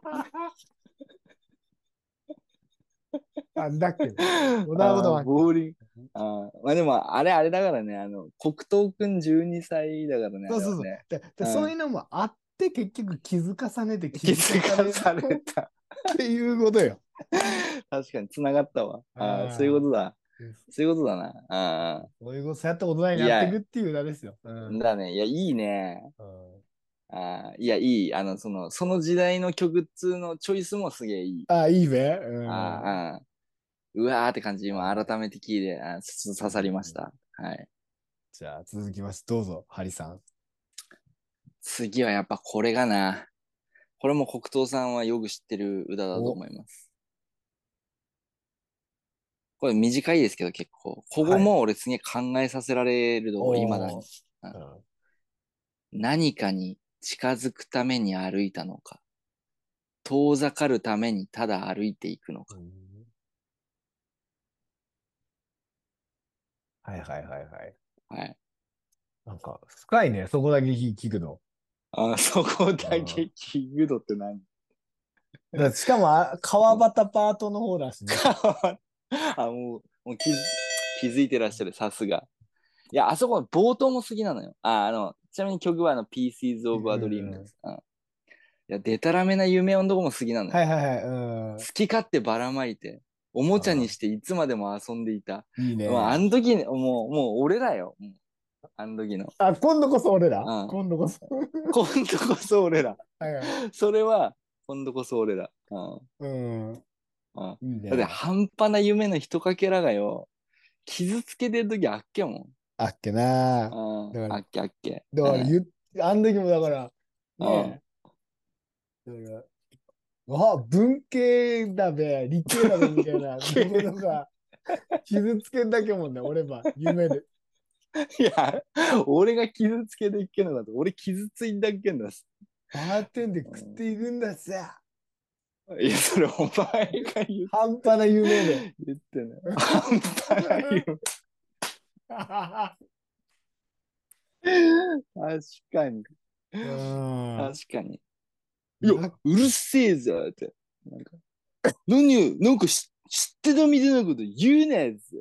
なんだっけど。小田ことあーばっけ。 ボーリング。まあでも、あれだからね、黒糖くん12歳だからね、あそうそうそう。 れはね。 そういうのもあって、結局気づかさねて気気づかされるづかされった。 ていうことよ。 確かに繋がったわ。そういうああ。 ことだ。そういうことだな。 そういうこと、そうやって大人になっていいや、 くっていう歌ですよ。うん。 だね。いや、いいね。 うん、 いや、いい。その時代の曲っつうのチョイスもすげえいい。 ああ、いいべ。うん。 うわーって感じ、今あ改めて聞いて、刺さりましうんた。はい。 じゃあ、続きまして、どうぞ、ハリさん。 次はやっぱこれがな。これも黒糖さんはよく知ってる歌だとお、 思います。これ短いですけど結構。ここはい。 も俺次考えさせられるところ、未だに。 おー。 うんうん何かに近づくために歩いたのか、遠ざかるためにただ歩いていくのか。 はいはいはいはい。 はい。 なんか、深いね、そこだけ聞くの。 そこだけうん。 聞くのって何？ しかも川端パートの方だしね。 もう気づいてらっしゃる、さすが。いや、あそこの冒頭も好きなのよ。ちなみに曲はPieces う of a Dream でん。 す。いや、デタラメな夢のとこも好きなのよ。 はいはいはい。うん。 好き勝手ばらまいて、おもちゃにあしていつまでも遊んでいた。 いいまあ、あね。 の時、もう俺らよ。もうあの時の。 あ、今度こそ俺らうん。 今度こそ。 今度こそ俺ら。 はいはい。 それは、今度こそ俺ら。 うん。 うん。 いいだってね。 半端な夢のひとかけらがよ、傷つけてる時あっけもあっけな。 ん。 だから、 あっけあっけ。 だからあん時もだから、 うん。 ねえ、だから、文系だべ、理系だべ、みたいな、ところが、傷つけんだけもんね、俺は、夢で。 いや、俺が傷つけていけんのだと、俺傷ついたっけんだす。 バーテンで食っていくんださ。 いや、それお前が半端な夢で。 言ってね。半端な夢。確かに。 うん。 確かに。いや、うるせえぞって。なんか、なんか知ってたみたいなこと言うなやつ。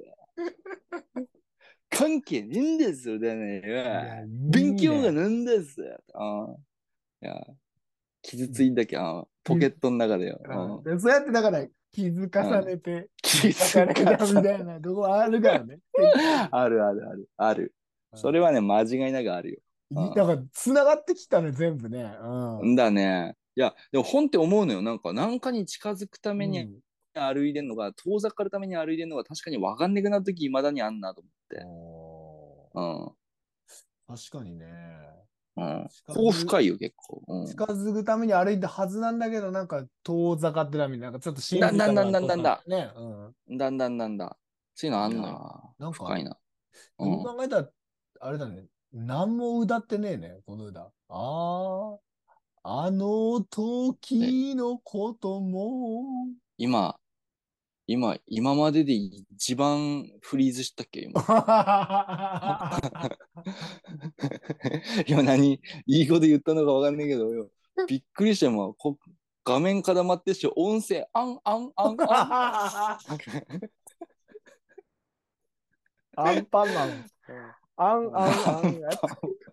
関係ねえんですよ、だね。 いや、い勉強がいね。 なんですよ。いや、傷ついたけポケットの中でよ。 でそうやってだから気づかさうん。 れて気傷づかれたみかさ、 たいなとこあるからね。結構。 あるあるある、ある。それはね、間違いなくあるよ。 だから繋がってきたね、全部ね。 うん。だね。いや、でも本って思うのよ。なんかに近づくためにうん。 歩いてんのが、遠ざかるために歩いてんのが確かに分かんなくなるとき、未だにあんなと思って。 おうん。 確かにね。 うん。 近づ、 ここ深いよ、結構。 近づくために歩いたはずなんだけど、なんか遠ざかってたみたいな、なんかちょっとうん。だんだんだん信じたのはだんだんだ。 取ったんだよね。うん。 だんだんだんだ。そういうのあいや、 んのよ。 なんか、 深いな。うよくん。 考えたら、あれだね。何も歌ってねえね、この歌。あのえ、 時のことも。 今、今までで一番フリーズしたっけ、今。今いいこと言ったのかわかんないけどよ。びっくりしたもん。画面固まってし、音声、あん、あん、あん、あん。 アンパンマン。アンアンアンやつ。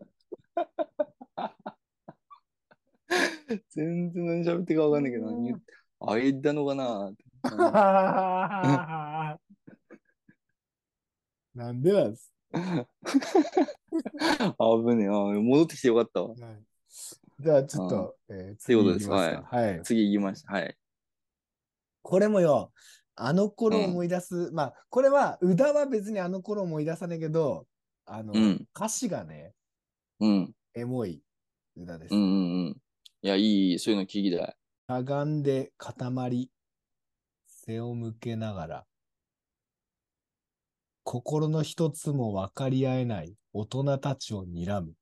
全然何喋ってるかわかんないけど、あいだのかなって。 なんでなんす。 危ねえ。戻ってきてよかったわ。 はい。じゃあちょっうん。っと、次ていうことです。 行きますか。 はい。 はい。 次行きました。はい。 これもよ、あのうん。 頃思い出す。まあ、これは、歌は別にあの頃思い出さないけど、 うん。 歌詞がね、 うん。 エモい歌でうん。 す。 うん。うん。いや、いい、そういうの聞きたい。 しゃがんで固まり、背を向けながら、心の一つも分かり合えない大人たちを睨む。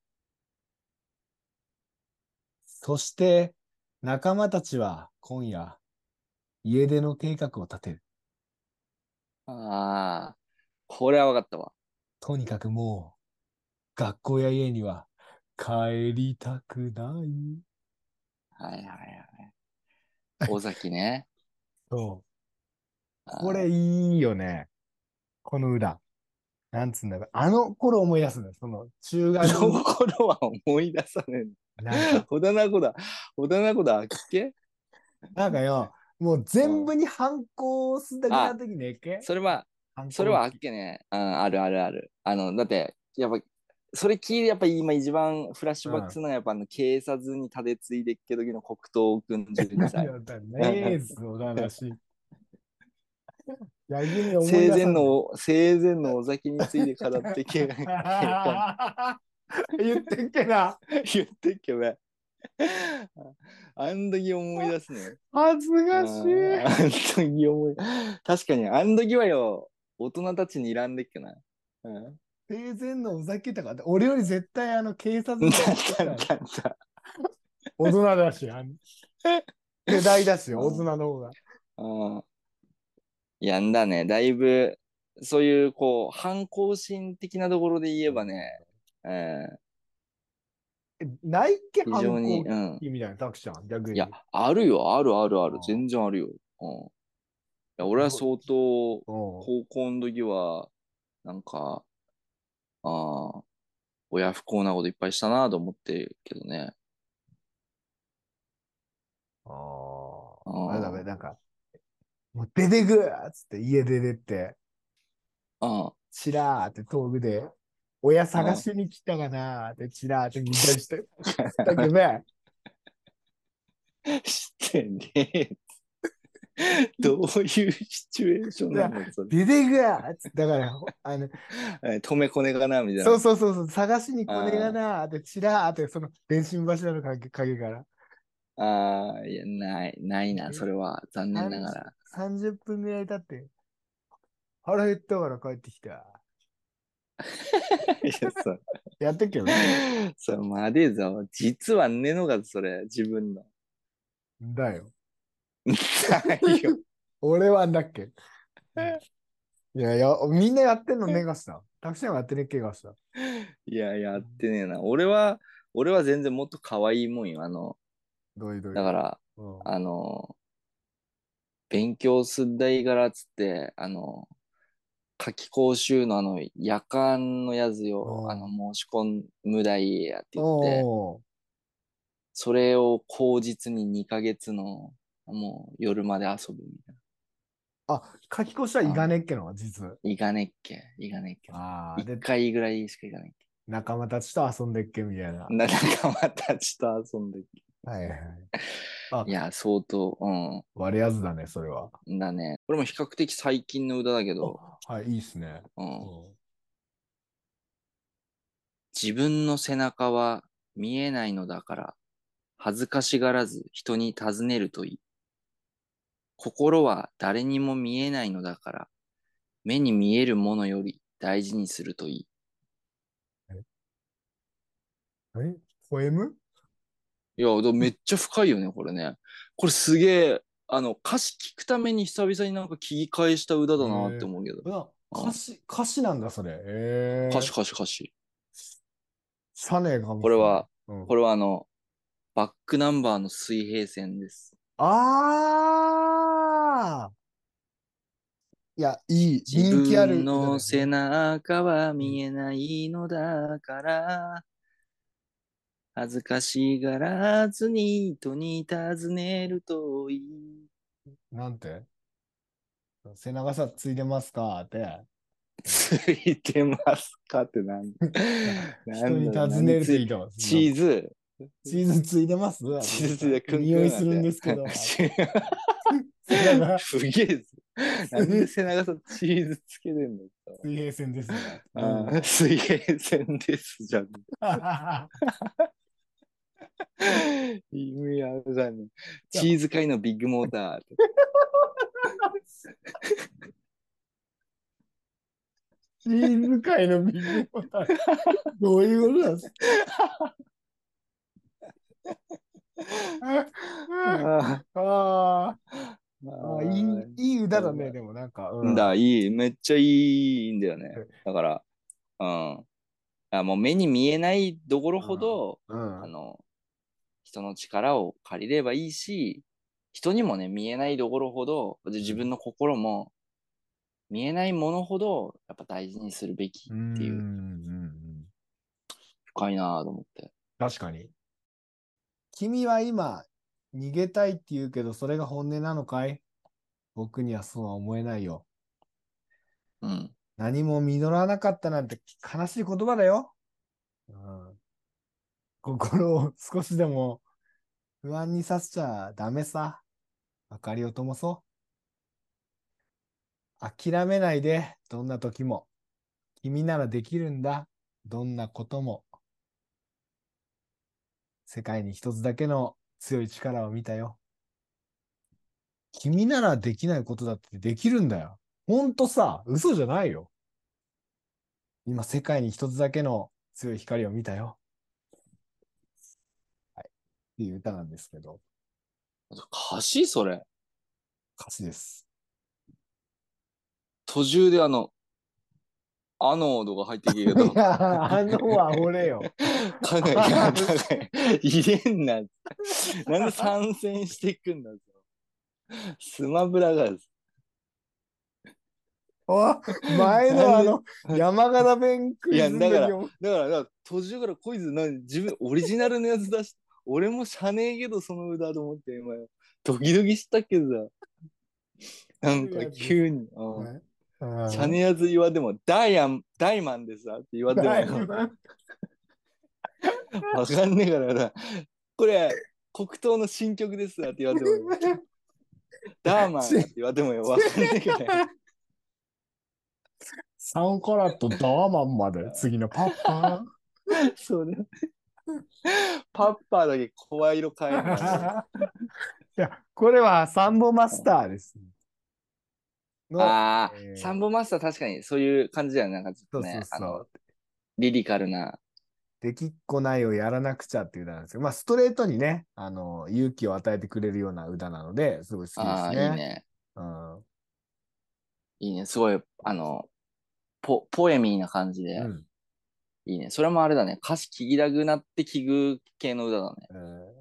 そして、仲間たちは今夜、家出の計画を立てる。 ああ、これは分かったわ。 とにかくもう、学校や家には帰りたくない。 はいはいはい。尾崎ね。 そう。これあいいよね。この歌。なんつうんだろう。あの頃思い出すの。その、中ー、その学、 頃は思い出さねなんか、 え。小田な子だ。小田な子だ。あっけ。 なんかよ、もううん。 全部に反抗すだけなあ、 時ねえっけそれは、それはあっ反抗期。 けね。うん、あるあるある。だって、やっぱ、それ聞いて、やっぱ今一番フラッシュバックすうん。 るのは、やっぱ警察にたどり着いてっけ時の黒糖くん12歳。 何だったねえ、その話。逆に思い生前出さんで。 の、生前のお酒について語って警官言ってっけな。 言ってっけどね。あん時思い出すのよ。 恥ずかしい。 あん時確かに、あん時はよ、大人たちに睨んでっけな。うん。 生前のお酒とか、俺より絶対警察だっに知ってったんからね。 だんだ。 大人だし、世代だし、 うん大人の方が。 あやんだね。だいぶ、そういう、こう、反抗心的なところで言えばね、 ないっけ非常に、 反抗うん。 期みたいな、たくちゃん、逆いや、 に。 あるよ、あるあるある。 あ全然あるよ。うん。いや、 ど、 俺は相当、 うん高校の時は、なんか、ああ、親不幸なこといっぱいしたなと思ってるけどね。ああれだあ、 め、なんか、もう出てくっつって家出てって、 あチラーって遠くで、親探あ、 しに来たかなーってチラーって見たりして、だけどね、 してね。どういうシチュエーションなだのそれ。 出てくっつって、だから、 止めこねかなみたいそうな。 そうそうそう、探しに来ねえがあなーってチラーって、その電信柱の影から、 あ、ああ、いや、ないな、 えそれは。残念なが 30、 ら。 30分ぐらい経って、腹減ったから帰ってきた。 いや、 やってっけどね。 までぞ。実はねえのが、それ、自分の。 だよ。 ないよ。 俺はだっけ。いやいや、みんなやってんのねがした。たくさんはやってねっけがした。 いや、やってねえな。俺は全然もっと可愛いもんよ。 どういう。 だから、 うん。 あの、勉強すんだいからっつって、夏期講習の夜間のやつよ、 うん。 申し込むだいやって言って、 おー。 それを口実に2ヶ月の、もう夜まで遊ぶみたいあ、書き越しはいな。うん。 がねっけの、実。 行かねっけな。 ああ、 一で、 回ぐらいしか行かないっけ。 仲間たちと遊んでっけみたいな。 仲間たちと遊んで。 はいはい。あ、 いや、相当、 割れやつだね、それは。 だね。これも比較的最近の歌だけど、 あ、はい、いいっすね。 うん。 うん。 自分の背中は見えないのだから、恥ずかしがらず人に尋ねるといい。心は誰にも見えないのだから、目に見えるものより大事にするといい。 ポエム。 いや、めっちゃ深いよね、これね。これすげえ、歌詞聞くために久々になんか聞き返した歌だなって思うけど。 歌うん。 詞なんだ、それ。 歌詞歌詞歌詞。 シャネーかもしれない。 これは、 うん。 これはバックナンバーの水平線です。 ああ、いや、いい。 自人気ある歌だ分の背よね。 中はうん。 見えないのだから、恥ずかしがらずに人に尋ねるといい。 なんて背長さついてますかって。 ついてますかって人に尋ね何つい、 るといいと思います。 チーズ、 チーズついてますチーズついてクンク匂いするんンなんて。 ですけど。背中、 すげえぞ。なんで背中さチーズつけてんの水平線ですね。 水平線ですじゃん。意味あるじゃん。 いや、 チーズ界のビッグモーター。 チーズ界のビッグモーター。どういうことなんですか。 あああ、 あ、 いい歌だね、 やばでもなんか、 いい、めっちゃいいんだよね。だから、うん。もう目に見えないところほど、 うん。うん。 あの、人の力を借りればいいし、人にもね、見えないところほど、自分の心も見えないものほど、やっぱ大事にするべきうっていう、 ん。 深いなぁと思って。 確かに。君は今、逃げたいって言うけど、それが本音なのかい？僕にはそうは思えないよ。 うん。 何も実らなかったなんて悲しい言葉だよ。うん、心を少しでも不安にさせちゃダメさ。明かりを灯そう。諦めないで、どんな時も。君ならできるんだ。どんなことも。世界に一つだけの強い力を見たよ。君ならできないことだってできるんだよ。ほんとさ、嘘じゃないよ。今、世界に一つだけの強い光を見たよ。はい。 ていう歌なんですけど、 歌詞それ。 歌詞です。 途中でアノードが入ってきてけいど、 や、あのは俺よ。 いや、だから入れんな。なんで参戦していくんだぞ。スマブラが。 お、前なんで、 の山形弁クいや、 イズの時も、 だから途中からこいつ自分オリジナルのやつ出し、俺もしゃねえけどその歌と思って今よ。ドキドキしたけどさ、なんかやつです。 急に、 はい。 しゃねえやつ言わんでも、ダイマンでさって言わんでも大よ。 丈わかんねえからさ、これ、黒糖の新曲ですって言わんでもよ。ダーマンって言わんでもよ。わかんねえから。 3カラットダーマンまで次のパッパそうね。パッパーだけ声色変えんな。 ー。いや、これはサンボマスターですの、 ああ、サンボマスター確かにそういう感じだよね。なんかちょっそうそうとね、 そう。 リリカルな。 できっこないをやらなくちゃっていう歌なんですけど、まあ、ストレートにね、勇気を与えてくれるような歌なので、すごい好きでああ、いいすね。 ね。 うん。ういいね。すごい、ポエミーな感じで。 ん。 いいね。それもあれだね。歌詞聞きたくなって聞く系の歌だね。 うん、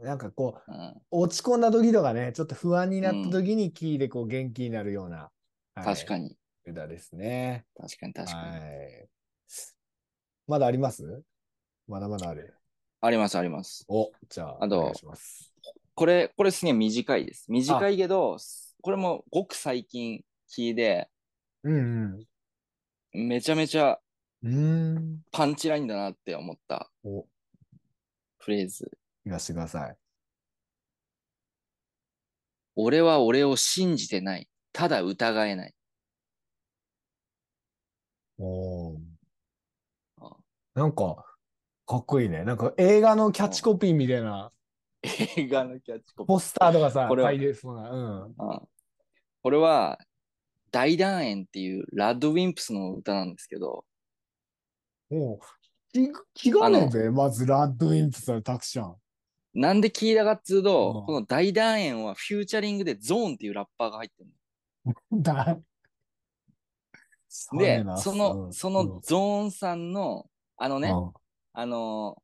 なんかこう、 うん。 落ち込んだ時とかね、ちょっと不安になったうん。 時に聴いてこう元気になるような、はい、 確かに。 歌ですね。 確かに、確かはに。 い。まだあります？まだまだある。 あります、あります。 お、じゃあ、お願いあと、 します。 これすげえ短いです。短あ、 いけど、これもごく最近聞いて、 うんめちゃめちゃうん。 パンチラインだなって思ったお、 フレーズ。 言わせてください。 俺は俺を信じてない。ただ疑えない。 おー、 あなんか、かっこいいね。なんか映画のキャッチコあピーみたいな、 映画のキャッチコピー。 ポスターとかさ、書いこれは、 てそうな。うん。 あこれは、大団円っていうラッドウィンプスの歌なんですけど、 もう、気があの、 ねべ、まずラッドウィンプスのタクション。 なんで聞いたかっつうと、こうの大団円はフューチャリングでゾーンっていうラッパーが入ってるん。 の。で、 サネナス。うその、 ん。 そのうん。 ゾーンさんの、 うん。 あの、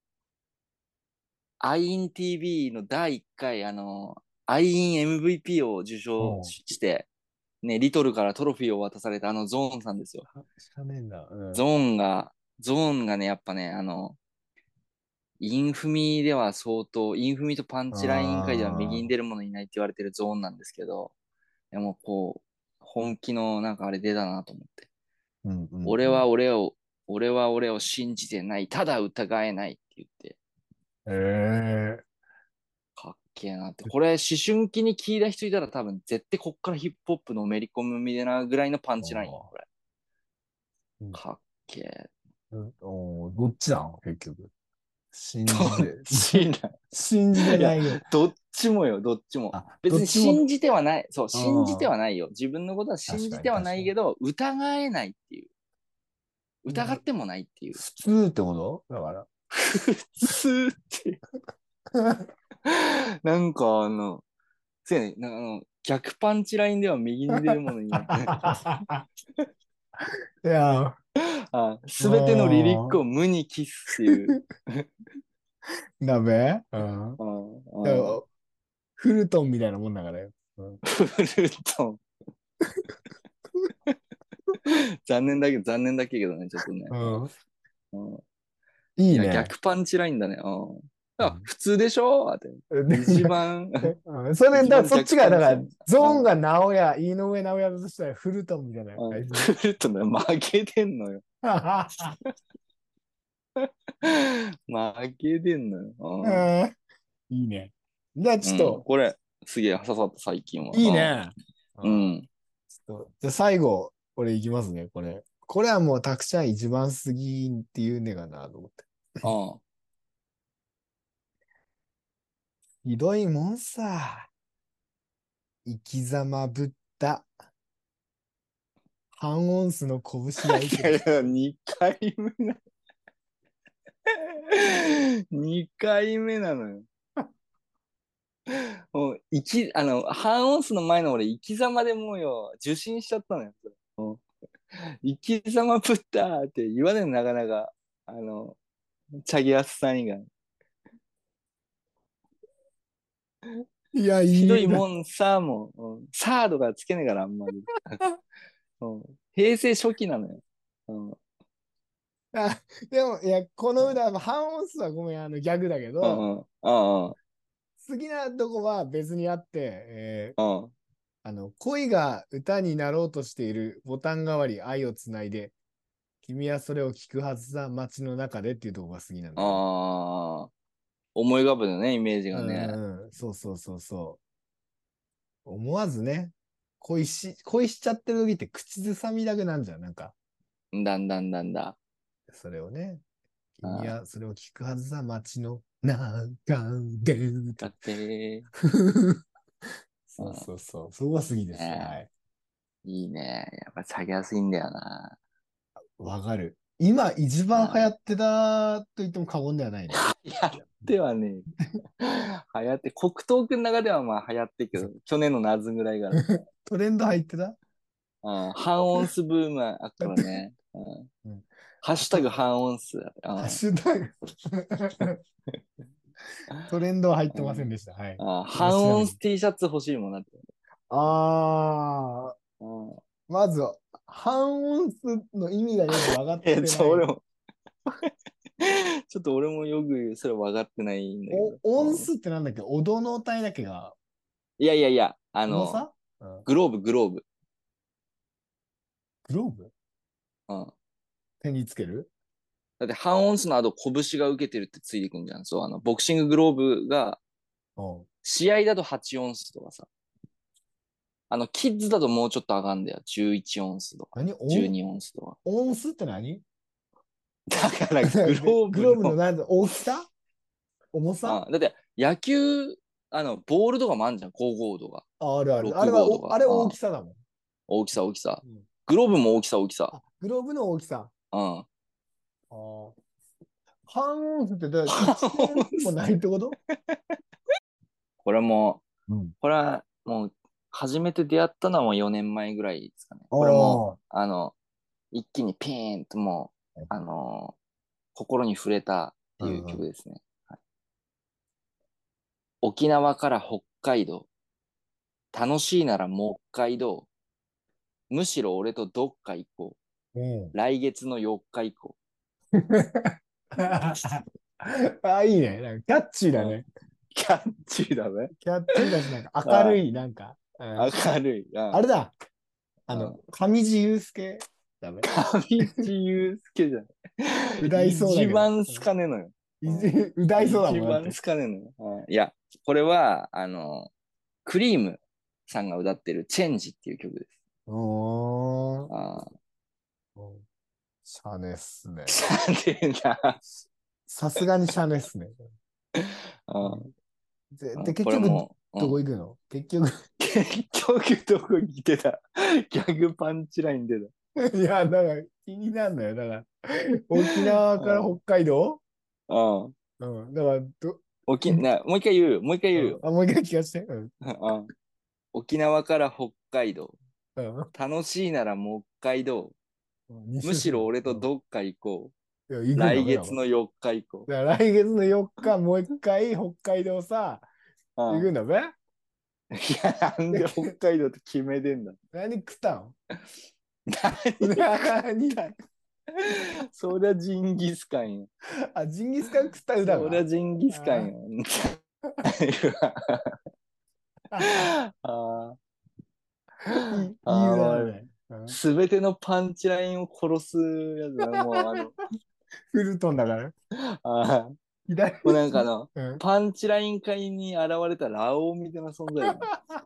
アイン TV の第1回、アイン MVP を受賞うん。 して、ね、リトルからトロフィーを渡されたあのゾーンさんですよ。 知らねえんだ。うん。 ゾーンがね、やっぱね、インフミでは相当、インフミとパンチライン界では右にああ。 出る者いないって言われてるゾーンなんですけど、でもこう、本気のなんかあれ出たなと思って。 うんうん俺うん。 は俺を、俺は俺を信じてない。ただ疑えないって言って、 ええ、 かっけえなって。これ、思春期に聞いた人いたら多分絶対こっからヒップホップのめり込むみたいなぐらいのパンあチラインよ、こあ。 れ。 うん。 かっけえ。 どっちなの結局。 どっ信じて、 ちだ信じていや、 ないよ。 どっちもよ、どっちも。 あ、ど別にっちも、 信じてはない。そう、信じてああ、 はないよ。自分のことは信確かじてはに確かに。 ないけど、疑えないっていう。疑なってもないっていう。 普通ってことだから。 普通っていう。なんかそうやね、逆パンチラインでは右に出るものいない。 いや、 すべてのリリックもを無に帰すっていう。 ダメ。うん。 あいや、 あ、 フルトンみたいなもんだからよ。うん。 フルトン。残念だけどね、ちょっとね。 うん、 うん、いや、 いいね。 逆パンチラインだね。 うん。 普通でしょって。一番、 うん、それ、 一番逆そっちが、だから、 パンチライン。 ゾーンが直哉、井上直哉だとしたらフルトンみたいな感じ。 フルトンだ、負けてんのよ。負けてんのよ。 うん、いいね。じゃあ、ちょっと、 これ、すげえ刺さった、最近は。 いいね。 うん。 ちょっと、じゃあ最後、これいきますね、これ。これはもう、たくちゃん一番すぎんっていうねがなと思って。 あひどいもんさ。生き様ぶった半オンスの拳焼いてる。 いや、2回目な。2回目なのよ。 もう、半音符の前の俺、生き様でもうよ、受信しちゃったのよ。うん生き様プッターって言わねえの、なかなか。チャゲアスさん以外。 いや、 ひどいいな。 いもんさも、さーとかつけねえから、あんまり。平成初期なのよ。うん、 あ、でも、いや、この歌、半音数はごめん、ギャグだけど、 うん、うん、うん、 好きなとこは別にあって、 うん。 恋が歌になろうとしているボタン代わり愛をつないで、君はそれを聞くはずだ、街の中でっていうとこが好きなんだよね。 ああ、思い浮かぶよね、イメージうがね。 んうん、そうそうそうそう。思わずね、恋しちゃってる時って口ずさみだけなんじゃん、なんか。 だんだんだんだ。 それをね、君あはそれを聞くはずだ、街の中でって。 だって、 そううんそうそう。そこが好きです。はねい。 え、いいね。やっぱ下げやすいんだよな。 わかる。今一番流行あってたと言っても過言ではないね。 やってはね、流行って、黒糖くんの中ではまあ流行ってるけど、去年の夏ぐらいから。 トレンド入ってた。 半音符ブームあっからね。 うん、 ハッシュタグ半音符。 ハッシュタグトレンドは入ってませんでした。はい。今調べて。 半音符 T シャツ欲しいもんなって。 あー、まずは、半音符の意味がよく分かってない。 俺もちょっと俺もよくそれ分かってないんだけど。 音符ってなんだっけ？踊の体だけがいやいやいや、 重さ、うん、 グローブ、グローブ。 グローブうん。 手につける。 だって半音符の後、拳が受けてるってついてくんじゃん。そう、ボクシンググローブが、 うん。 試合だと8オンスとかさ。キッズだともうちょっと上がんだよ。11オンスとか、 何 12オンスとか。 音符って何？ だからグでローブグローブのの、 大きさ、重さ。 だって野球、ボールとかもあんじゃん。5ゴーとか、 あ、あるある。あれ 6 はゴーとか。 あれ大きさだもん。 大きさ、大きさ。 うん、 グローブも大きさ、大きさ。 あ、グローブの大きさ。 うん。 あー、半音符ってだから半 1センチも音符ないってこと？ これも、 うん。 これはもう、初めて出会ったのはもう4年前ぐらいですかね。 あこれも、 あ。 一気にピーンともう、心に触れたっていううんうん。 曲ですね。はい、沖縄から北海道。楽しいならもう一回どう。むしろ俺とどっか行こうん。 う。来月の4日以降。 あ、いいね。なんかキャッチーだうん。 ね。 キャッチーだね。 キャッチーだし、なんか明るあい、なんか。うん、 明るい。 あれだ。 うん。 上地雄介だね。 上地雄介じゃん。 歌いそうだけど。 一番好かねえのよ。うん。 歌いそうだもん、だっ一番好て。 かねえのよ。いや、これは、クリームさんが歌ってるチェンジっていう曲です。 おー。 ああ、 シャネっすね。 しゃねえな。 さすがにシャネっすね。 あで、結局、 これも、 どこ行くの結局？ 結局どこに出た？ギャグパンチライン出た。 いや、だから気になるのよ。だから、沖縄から北海道。 うん。 うん。だから、 もう一回言うよ。もう一回言うよ。 あ、もう一回聞かせて。うん。 うん沖縄から北海道。 うん。 楽しいならもう一回ど 2 う。むしろ周するの。うん。 俺とどっか行こいや、行う。 くんだ来べだから。 月の4日以降。 だから来月の4日、もう一回北海道さ、 うん。 行くんだべ。 いや、なんで北海道って決めてんだ。 何食ったん？ 何何？ そりゃジンギスカンよ。 あ、ジンギスカン食った歌そりゃが。 ジンギスカンあよ。 あ、 あいい歌だあ、 ね。うん、 すべてのパンチラインを殺すやつだ。もうフルトンだから。 あー左もうなんかうん。 パンチライン界に現れたラオウみたいな存在だ。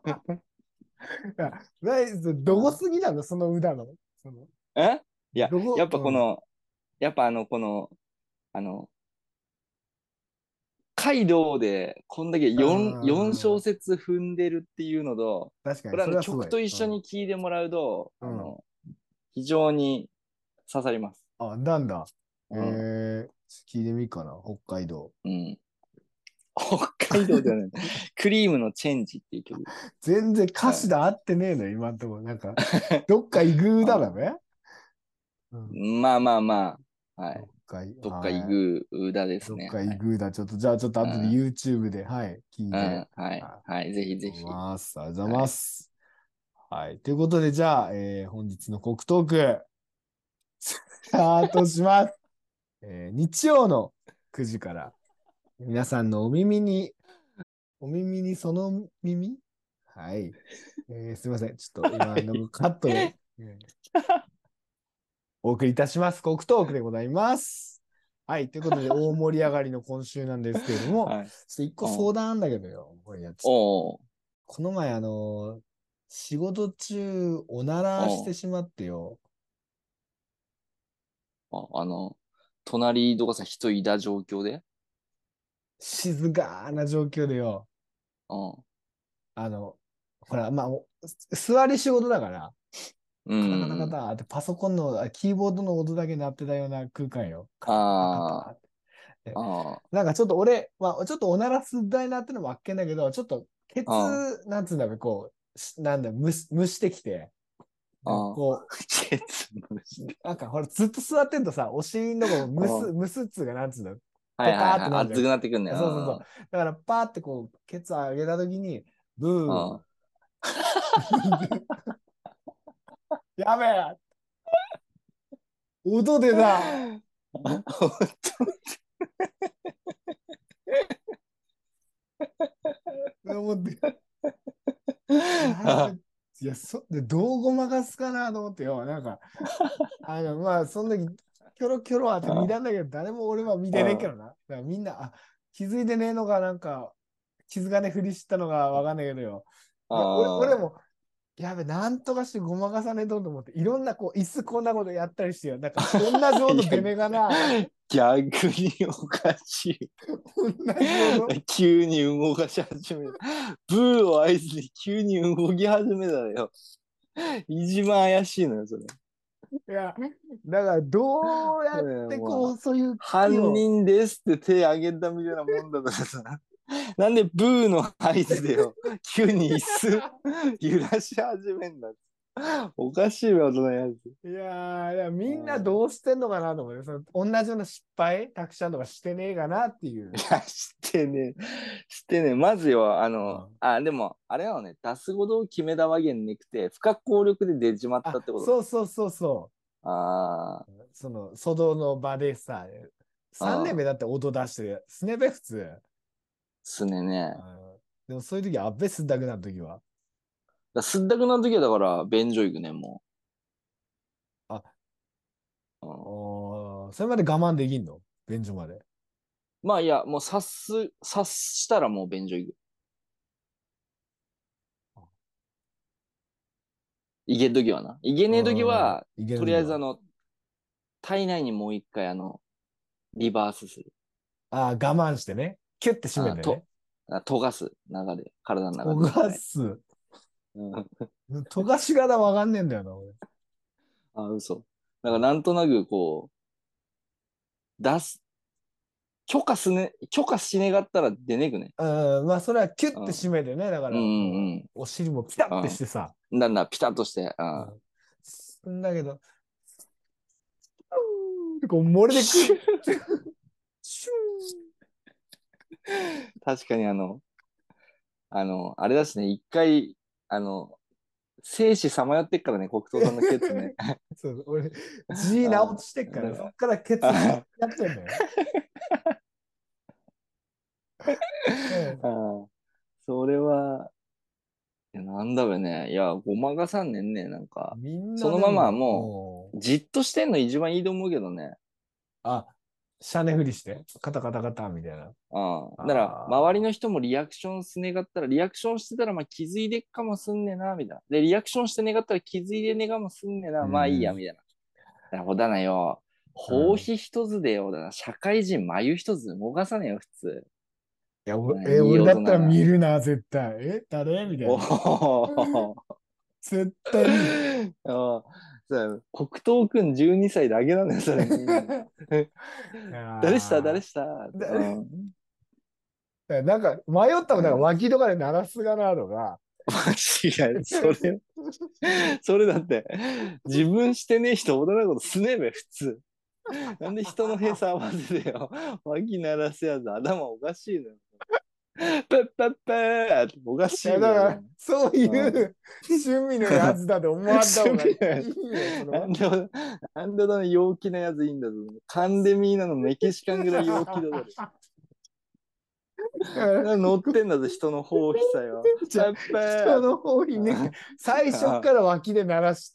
どこすぎなのその歌の。そのえいや、 どこ、 やっぱうん。 やっぱあの、カイドウでこんだけ4小あ節踏んでるっていうのと、 確かに、 これそれはすごい。 曲と一うん。 緒に聴いてもらうと、 うん。 非常に刺さります。 あ、なんだ。 うん。 聞いてみっかな、北海道。 うん。 北海道ではない。クリームのチェンジっていう曲。 全然歌詞で合ってねえのよ、今んところ。なんか、どっか行くだろね。うん。 まあまあまあ。はどっい。 か、 どっか行はい。 く歌ですね。 どっかはい。 行くだ。ちょっと、じゃあちょっと後でうん。 YouTube で、はい、聞いて。 うん。はい。 あはい。ぜひぜりがとうございひ。 ます。ありがとうございはい。 ます。はい。ということで、じゃあ、本日の国トーク、スタートします。日曜の9時から、皆さんのお耳にその耳はい。すみません。ちょっと今のカットで、お送りいたします。国トークでございます。はい。ということで、大盛り上がりの今週なんですけれども、 はい。 ちょっと一個うん。 相談あんだけどよ。これおう。 この前、仕事中、おならしおう。 てしまってよ。 隣とかさ、人いた状況で。 静かな状況でよ。 うん。 あの、ほら、まあ、座り仕事だから、 うカタカタカん。 タってパソコンの、キーボードの音だけ鳴ってたような空間よ。カタカタカあタって。 あ。あなんかちょっと俺、まあ、ちょっとおならすだいなってのもあっけんだけど、ちょっと、 あ。 なんつうんだろう、こう、なんだ、蒸してきて、なんかああ。 こケツの下。 う、なんかほら、ずっと座ってんとさ、お尻のとこあ蒸すっつうか、なんつうんだろう、ペターはいはいはい。 ってなるじゃん。 熱くなってくんね。 そうそうそう。 あだから、パーってこう、ケツ上げたときに、ブあ。 ー。やべえ音でだ本当。 思って、やべ、 あいや、で、どうごまかすかなと思ってよ。なんか、まあ、その時、キョロキョロあって見あ。 たんだけど、誰も俺は見てねえけあどな。だからみんな、気づいてねえのか、なんか、気づかねえふりしたのかわかんないけどよ。いや、俺あ。 も、やべ、なんとかしてごまかさねえとと思って、いろんな、こう、椅子こんなことやったりしてよ。なんか、同じい音出ねえかな。 や、逆におかしい。 同じ音。 急に動かし始める。ブーを合図に急に動き始めたよ。一番怪しいのよ、それ。 いや、だから、どうやっね、 て、こまあ、 う、そういう危機犯を、 人ですって手挙げたみたいなもんだからさ。なんでブーの合図でよ、急に椅子揺らし始めんだ。おかしいわ、そのやつ。 いやみんなどうしてんのかなと思って、同じような失敗、たくさんとかしてねえかなっていう。 いや、してね、してね、まずよ、 うん、 でも、あれなのね、出すほど決めたわけになくて、不可抗力で出ちまったってことね。 そうそうそうそあう。そのの場でさ、3年あ、うん、 目だって音出してる。すねべ普通。 すねね。 でもそういう時、あっべすだくなる時は。 すったくなるときはだから、便所行くね、もあ、 う。うん、 それまで我慢できんの便所まで。 まあいや、もう察したらもう便所行く。行けるときはな。行けねえときは、 いけるとりあ時は。 えず体内にもう一回リバースする。 我慢してね。キュッて締めてね。 溶がす中で、体の中焦で一回。 がす。 うん、 溶がし方わかんねえんだよな、俺。 嘘。だからなんとなくこう、許可しねがったら出ねくね。 うん、まあ、それはキュッてうん。 締めてね。だかうんら、もうんう、お尻もピタッてしうん。 てさ。 うん。だんだんピタッとして、うん。 うん。すんだけど、こう漏れてくる。シュ確かにあれだしね、一回、生死さまよってっからね、黒ーン。 糖さんのケツね。 そう、俺、G 直あしてっから、そっだかからケツら、 やってんだよ。うん。 それは、いやなんだべね。いや、ごまかさんねんね、なんか。 みんそのままなでも、 もう、じっとしてんの一番いいと思うけどね。 あ、シャネ振りして、カタカタカタみたいな。 だから、周りあの人もリアクションすねがったら、リアクションしてたら、まあ気づいてっかもすんねな、みたいな。で、リアクションしてねがったら気づいてねがもすんねな、 うまあいいや、 ん。 みたいな。だほだなよ。 うん。 包皮一つでよ、だな。社会人眉一つ動かさねえよ、普通。 いや、 いい俺だったら大人が。 見るな、絶対。誰みたいおな。 お。 絶対見る。 ああ、黒糖くん12歳だけなんだよ、それ見んの。誰した誰あしたって。うだん。 なんか迷ったもん、なんか脇とかで鳴らすがなとか。 違う、それだって、自分してねえ人、俺のことすねえべ、普通。なんで人のへさ合わせてよ。脇鳴らすやつ、頭おかしいのよ。ペッペッペーっておかしいべよ。 だから、そういうん。 う趣味のやつだと思わんだ方がい趣味のやつ。 いよ、それは。 なんで、なんでだね、陽気なやついいんだぞ。カンデミーナのメキシカンぐらい陽気だぞ。 だから、 乗ってんだぞ、人の包皮さよ。 じゃあペッペーって。 人の方にね、最初から脇で鳴らした、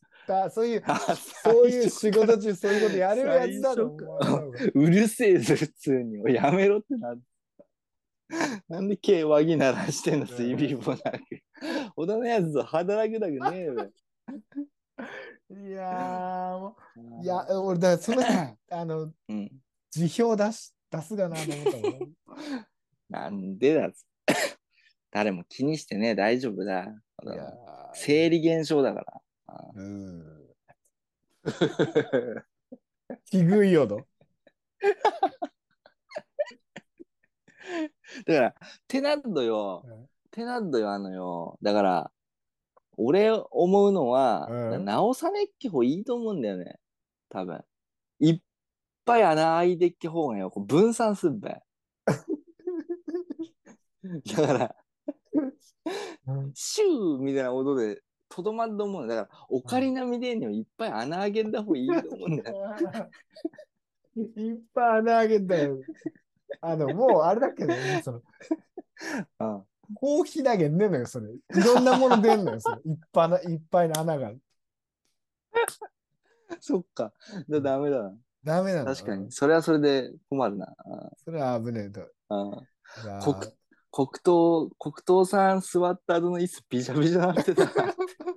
そういう最初から、 仕事中、そういうことやれるやつだと最初か思わんだ方が。 うるせえぞ、普通に。やめろってなんで毛輪ぎ鳴らしてんの、水瓶もなく。小田のやつと働くだけねえべ。 いやー、いや、俺、だからその日、 うん。 辞表出すがなと思ったもん。 なんでだぞ。誰も気にしてね、大丈夫だ。 いや生理現象だから。 ー、うん。奇遇よと。 だから、テナッドよ。テナッドよ、だから、俺思うのは、 うん。 直さねっけ方いいと思うんだよね。多分。いっぱい穴開いてっけ方がよ、こう分散すんべ。だから、 うん。 シューみたいな音でとどまると思うの。だから、オカリナみでにはいっぱい穴開けた方がいいと思うんだよ。 いっぱい穴あげたよ。もうあれだけど、もううん。 コーヒーだけねえのよ、それ。いろんなもの出んのよ、それ。いっぱいの穴が。 そっか。ダメだな。 ダメなの。 確かに。 うん。 それはそれで困るな。 それは危ねえと。 うん。 いや黒、黒糖さん座った後の椅子ビシャビシャなってたな。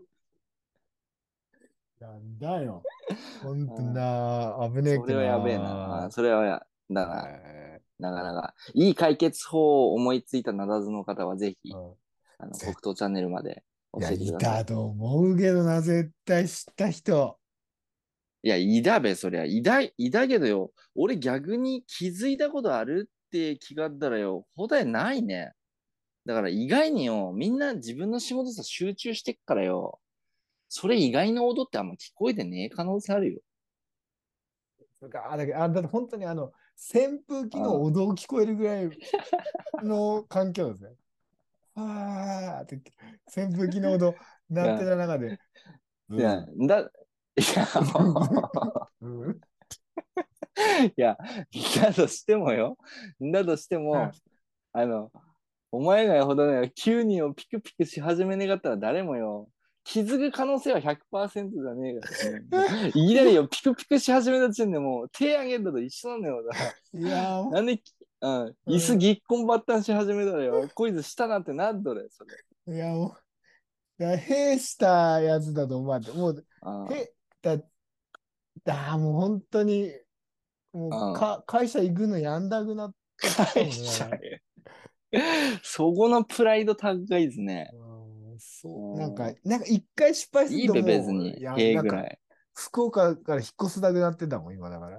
なんだよ。ほんとうん。 な、危ねえくそれはやべえな。 な。それはだな。 えなかなか。いい解決法を思いついたならずの方はぜひ、 うん。 黒糖チャンネルまで教いや、いえてください。 たと思うけどな、絶対知った人。 いや、いだべ、そりゃ。いだけどよ。俺逆に気づいたことあるって気があったらよ、ほだないね。だから意外によ、みんな自分の仕事さ集中してっからよ、それ以外の音ってあんま聞こえてねえ可能性あるよ。 それか、だって本当に扇風機のうん。 お堂聞こえるぐらいの環境ですね。あーって、扇風機の音鳴っていや、 た中で、 いや、 ブいや、 ー、ブー、 いや、だとしてもよ。だとしても、あの、お前がよほどね、9人をピクピクし始めねがったら誰もよ、気づく可能性は100%じゃねえからね。もういきなりよ、ピクピクし始めた時点でもう手上げるのと一緒なのよ。だからいやー、 なんで、うん、椅子うん、 ぎっこんばったんし始めたらよ、こいつしたなってなんどれ、それ。 いや、もう、兵したやつだと思われて、もう、 あへ、だ、もう本当に、 あ、 会社行くのやんだくなってきた会もん社ね。 へ。そこのプライド高いですね。 そう、 うん、 なんか一回失敗するといいべ、別もう、 に、 いや、なんか、 へぐらい。 福岡から引っ越すだけなってたもん、今だから。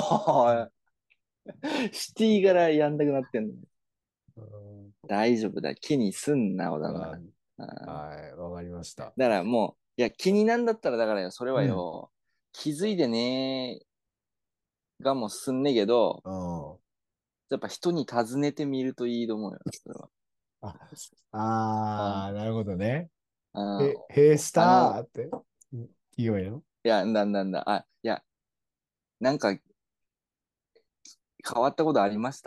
シティからやんなくなってんの。 うん、 大丈夫だ。気にすんな、小田あ、 原。うんはい、わかりました。 だからもう、いや、気になんだったら、だからよ、それはうん。 よ、気づいてねがもうすんねえけど、 うん。 やっぱ人に尋ねてみるといいと思うよ、それは。 あ、 あなるほどね。 あ、 へしあの、 たーって言えばいいの？ いや、いや、なんか変わったことありました？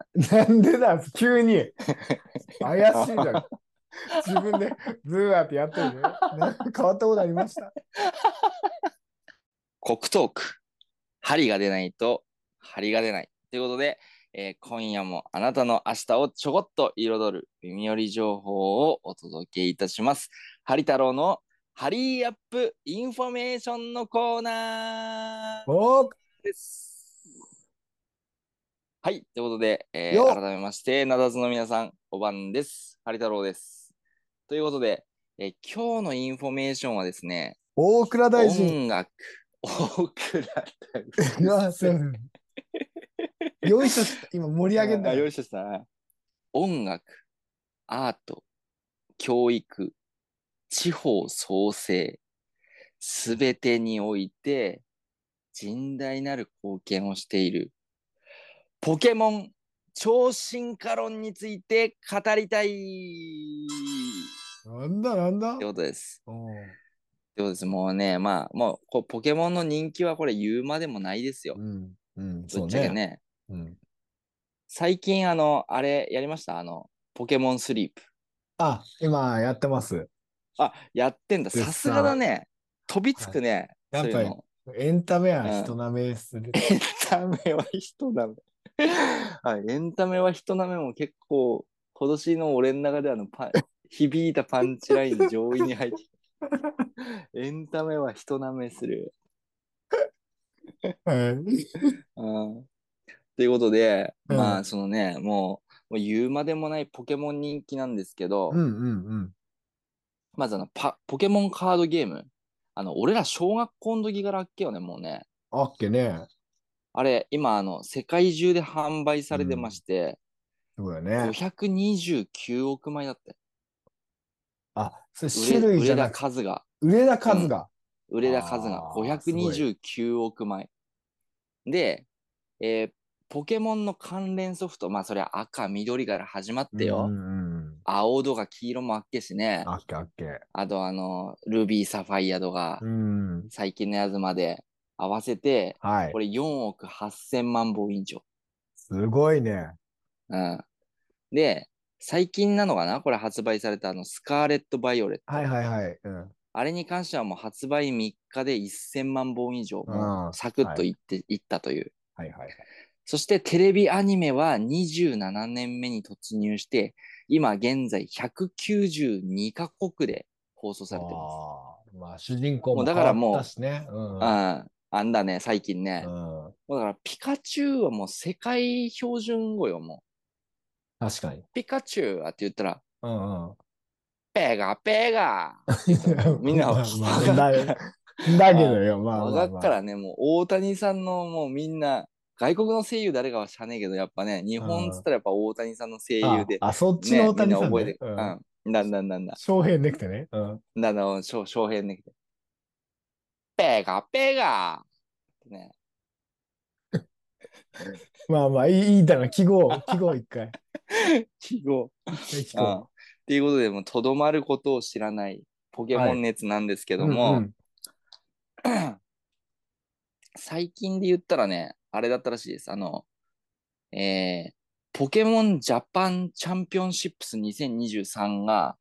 なんでだ、急に。怪しいじゃん。自分でブーってやっといて。変わったことありました？ 黒トーク。針が出ないと、針が出ない。ということで、今夜もあなたの明日をちょこっと彩る耳寄り情報をお届けいたします。ハリ太郎のハリーアップインフォメーションのコーナおーーです。はい。ということで、改よめまして、なだずの皆さん、お晩です。ハリ太郎です。ということで、今日のインフォメーションはですね、 大蔵大臣。 音楽、大倉大うるあ、すいせえ。 ません。よいしょした。今盛り上げんだから。 よいしょしたな。 音楽、アート、教育、地方創生、すべてにおいて甚大なる貢献をしているポケモン超進化論について語りたいなんだなんだ。 ってことです。 うん。 ってことです。もうね、まあ、もうポケモンの人気はこれ言うまでもないですよ。 うん。うん。 ぶっそうね。 ちゃけね。 うん。 最近あれやりましたポケモンスリープ。 あ、今やってます。 あ、やってんだ。 でさすがださ、 ね。飛びつはい。 くね。 やっぱりそういうの。 エンタメはうん。 人なめする。 エンタメは人なめ。はい、エンタメは人なめも結構、今年の俺の中で響いたパンチライン上位に入ってきた。エンタメは人なめする。 はい。 うん。ということで、 うん。 まあ、そのね、もう言うまでもないポケモン人気なんですけど、 うんうんうん。 まずポケモンカードゲーム。俺ら小学校の時からあっけよね、もうね。 あっけね。 あれ、今、世界中で販売されてまうん。 して、 そうだね。 529億枚だって。 あ、それ種類売れたじゃなく、 数が。 売れたうん。 数が。 売れた数がああ、すごい。 529億枚。で、えーポケモンの関連ソフト、まあそりゃ赤、緑から始まっうんうてよ。 んうん。 青とか黄色もあっけしね。 あっけあっけ。 あとルビー、サファイアとうか、 ん。 最近のやつまで合わせて、 はい。 これ4億8000万本以上。 すごいね。 うん。で、最近なのかなこれ発売されたスカーレット・バイオレッはいト。 はいはい。うん。 あれに関してはもう発売3日で1000万本以上うん。 もうはい。 サクッといったという。 はいはいはい。 そしてテレビアニメは27年目に突入して、今現在192カ国で放送されてます。 ああ、まあ主人公もうだかも変わっらもたしね。うう、 ん。 あんだね、最近うね。 ん。 もうだからピカチュウはもう世界標準語よ、もう。 確かに。 ピカチュウって言ったら、 うんうん。 ペガペガって言ったらもうみんなわまあまあ、 かっから、 だけどよ。まあわかまあまあ。 っからね、もう大谷さんのもうみんな、外国の声優誰かは知らねえけど、やっぱね、日うん。 本っつったらやっぱ大谷さんの声優で、 そっちのね、 大みん谷さんね。 な覚えて、 うん。 うん。なんだ、 翔平ネクタイね。うん。 翔平ね、ペガペガってね。 まあまあ、いいだな。記号一回。 記号。 一回聞うん。っこていうことで、もうとどまることを知らないポう。 ケモンはい。 熱なんですけうんうども、 ん。 最近で言ったらね、あれだったらしいです。ポケモンジャパンチャンピオンシップス2023が、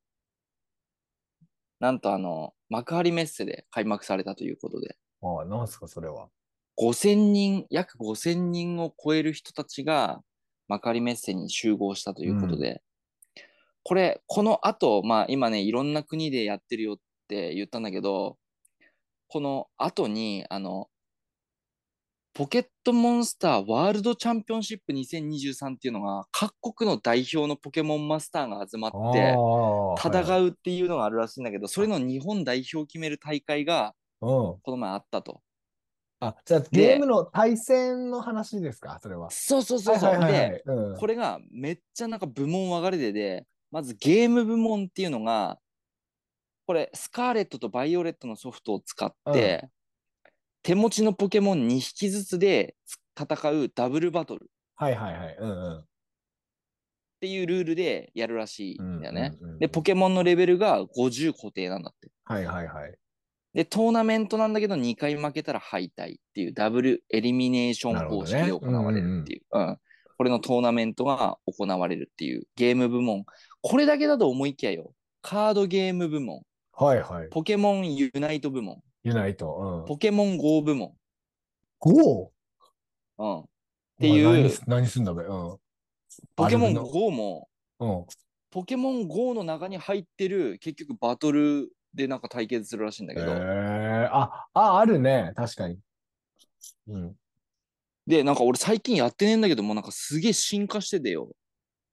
なんと幕張メッセで開幕されたということで、 なんすか、それは。 5000人、約5000人を超える人たちが幕張メッセに集合したということうん。 で、この後、まあ今ね、いろんな国でやってるよって言ったんだけど、この後に、ポケットモンスターワールドチャンピオンシップ2023っていうのが、各国の代表のポケモンマスターが集まっあて、 あ、はいはい。 戦うっていうのがあるらしいんだけど、それあ、 の日本代表を決める大会が、 うん。 この前あったと。 じゃあゲームで、 の対戦の話ですか、それは。 そうそうそうはいはいそう。で、 はいはい。うん。 これがめっちゃなんか部門分かれてて、まずゲーム部門っていうのが、これスカーレットとバイオレットのソフトを使っうん。 て、手持ちのポケモン2匹ずつで戦うダブルバトルっはいはいはい。うんうん。 ていうルールでやるらうしいんだよね。 んうんうんで、 うん。 ポケモンのレベルが50固定なんだって。 はいはいはい。 で、トーナメントなんだけど2回負けたら敗退っていうダブルエリミネーションなるほ方式でどね。うん行わうんうん。 れるっていう。うん。これのトーナメントが行われるっていうゲーム部門。これだけだと思いきやよ。カードゲーム部門、 はいはい。 ポケモンユナイト部門、 ユナイト。 ポケモン GO 部門、 うん。5? うん。ってまあいう、 何すんだべ。うん。 ポケモン歩くの。 GO も、 うん。 ポケモン GO の中に入ってる、結局バトルでなんか対決するらしいんだけど、 あるね。確かに。うん。 で、なんか俺最近やってねえんだけども、なんかすげえ進化しててよ。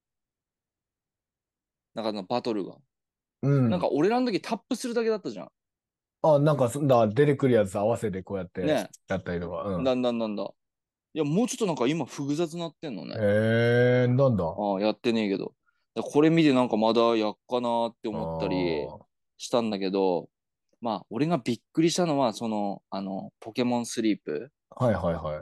なんかバトルが。 うん。 なんか俺らの時タップするだけだったじゃん。 なんか出てくるやつ合わせてこうやってねやったりとか。うえ。 ん。 なんだ。いや、もうちょっとなんか今複雑なってんのね。 なんだ。 ああ、やってねえけど。 これ見てなんかまだやっかなってあ思ったりあ。 したんだけど、まあ、俺がびっくりしたのは、ポケモンスリープ。 はいはいはい。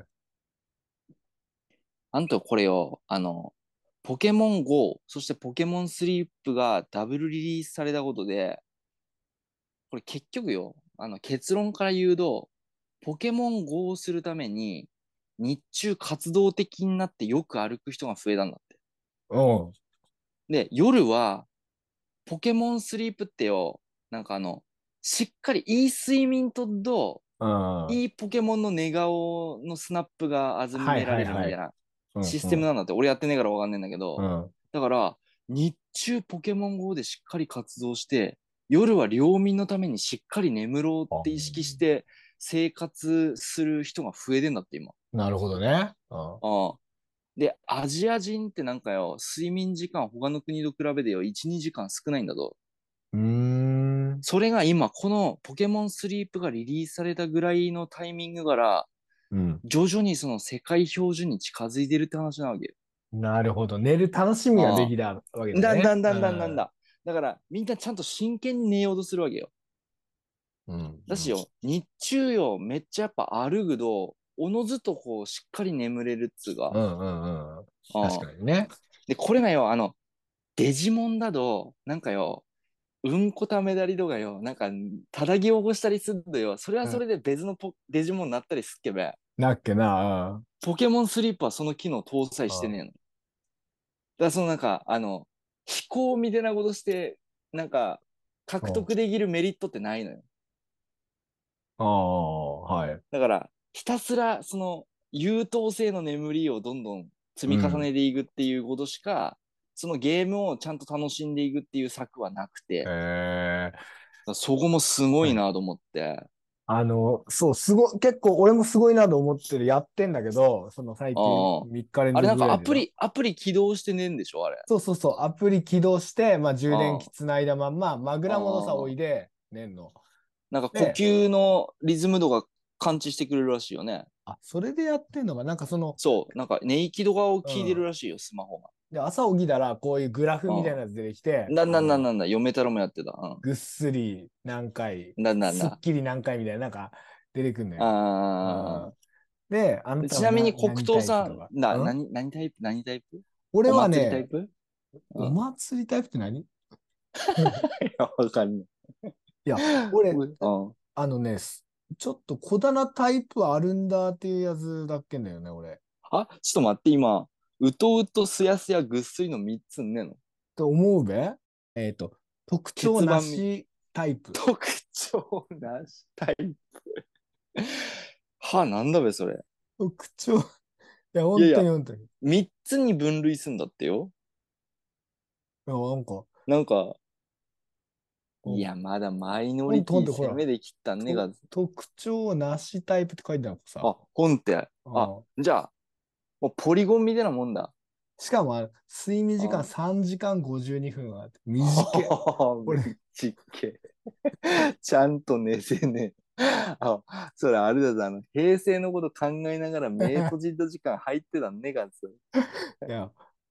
なんとこれよ、ポケモン GO、そしてポケモンスリープがダブルリリースされたことで、これ結局よ、結論から言うと、ポケモン GO をするために、日中活動的になってよく歩く人が増えたんだって。 うん。 で、夜は、ポケモンスリープってよ、なんかしっかりいい睡眠とうん。はいいいポケモンの寝顔のスナップが集はいめられるみはい。 たいなうんシスうん。 テムなんだって。俺やってねえからわかんねえんだけど。 うん。 だから、日中ポケモン GO でしっかり活動して、夜は領民のためにしっかり眠ろうって意識して生活する人が増えてんだって今。 なるほどね。うん。 ああ。で、アジア人ってなんかよ、睡眠時間他の国と比べてよ、1、2時間少ないんだと。 うーん。 それが今、このポケモンスリープがリリースされたぐらいのタイミングから、 うん。 徐々にその世界標準に近づいてるって話なわけよ。 なるほど。寝る楽しみがであきたわけあ。 だね。うだ。 ん。 だから、みんなちゃんと真剣に寝ようとするわけよ。 うん。 だしよ、日中よ、めっちゃやっぱ歩くと、おのずとこう、しっかり眠れるっつうか。 うんうんうん。確ああ。 かにね。 で、これがよ、デジモンだと、なんかよ、うんこためだりとかよ、なんか、たたき起こしたりするのよ。それはうん。 それで別のデジモンになったりすっけべ。 なっけな。 ポケモンスリープはその機能搭載うん。 してねえの。だからそのなんか、飛行みたいなことして、なんか、獲うん。 得できるメリットってないのよ。 ああ、はい。 だから、ひたすら、その、優等生の眠りをどんどん積み重うん。 ねていくっていうことしか、そのゲームをちゃんと楽しんでいくっていう策はなくて、 えそこもすごいはい。 なと思って。 そう、結構俺もすごいなと思ってる、やってんだけど、その最近ああ。 3日連続あれなんぐらいでな。 アプリ起動してねえんでしょあれ。 そうそうそう、アプリ起動して、まあ充電器あつないだまんま、枕元さおあ。 いで、寝んの。 なんか呼で、 吸のリズム度が感知してくれるらしいよね。 あ、それでやってんのか、 そう。なんか寝息とかを聞いてるうん。 らしいよ、スマホが。 で、朝起きたら、こういうグラフみたいなうやつ出てきて、 ん。嫁太郎もやってた。うぐっすり何回、 ん。 すっきり何回みたいな、出てくんのよ。うあん。で、あなー。 たはちなみに黒何タ糖さん、 イプとか。うん。 何タイプ俺お祭りタイはね、 プ？うおん。 祭りタイプって何？いいや、わかんない。 や、俺、 うん。 あのね、ちょっと小棚タイプあるんだっていうやつだっけんだよね、俺。 あ、ちょっと待って、今、うとうとすやすやぐっすりの3つねえの。 と思うべ。えっと、特徴な欠番しタイプ。 特徴なしタイプ。はあ、なんだべ、それ。 特徴、いや、本当にいやいや、 本当に。い 3つに分類すんだってよ。 や、 なんか、いこや、まだマイノほんとほんと、ほリティ攻ら、 めできたねが。 特徴なしタイプって書いてあるのさ。 あ、本って。あ、 うん。 じゃあ、もうポリゴンみたいなもんだ。 しかも、睡眠時間あ 3時間52分あって、短い。 あ。 俺、 みちっけ。ちゃんと寝てね。あ、それあれだぞ、平成のこと考えながら目閉じた時間入ってたねがつ。 いや、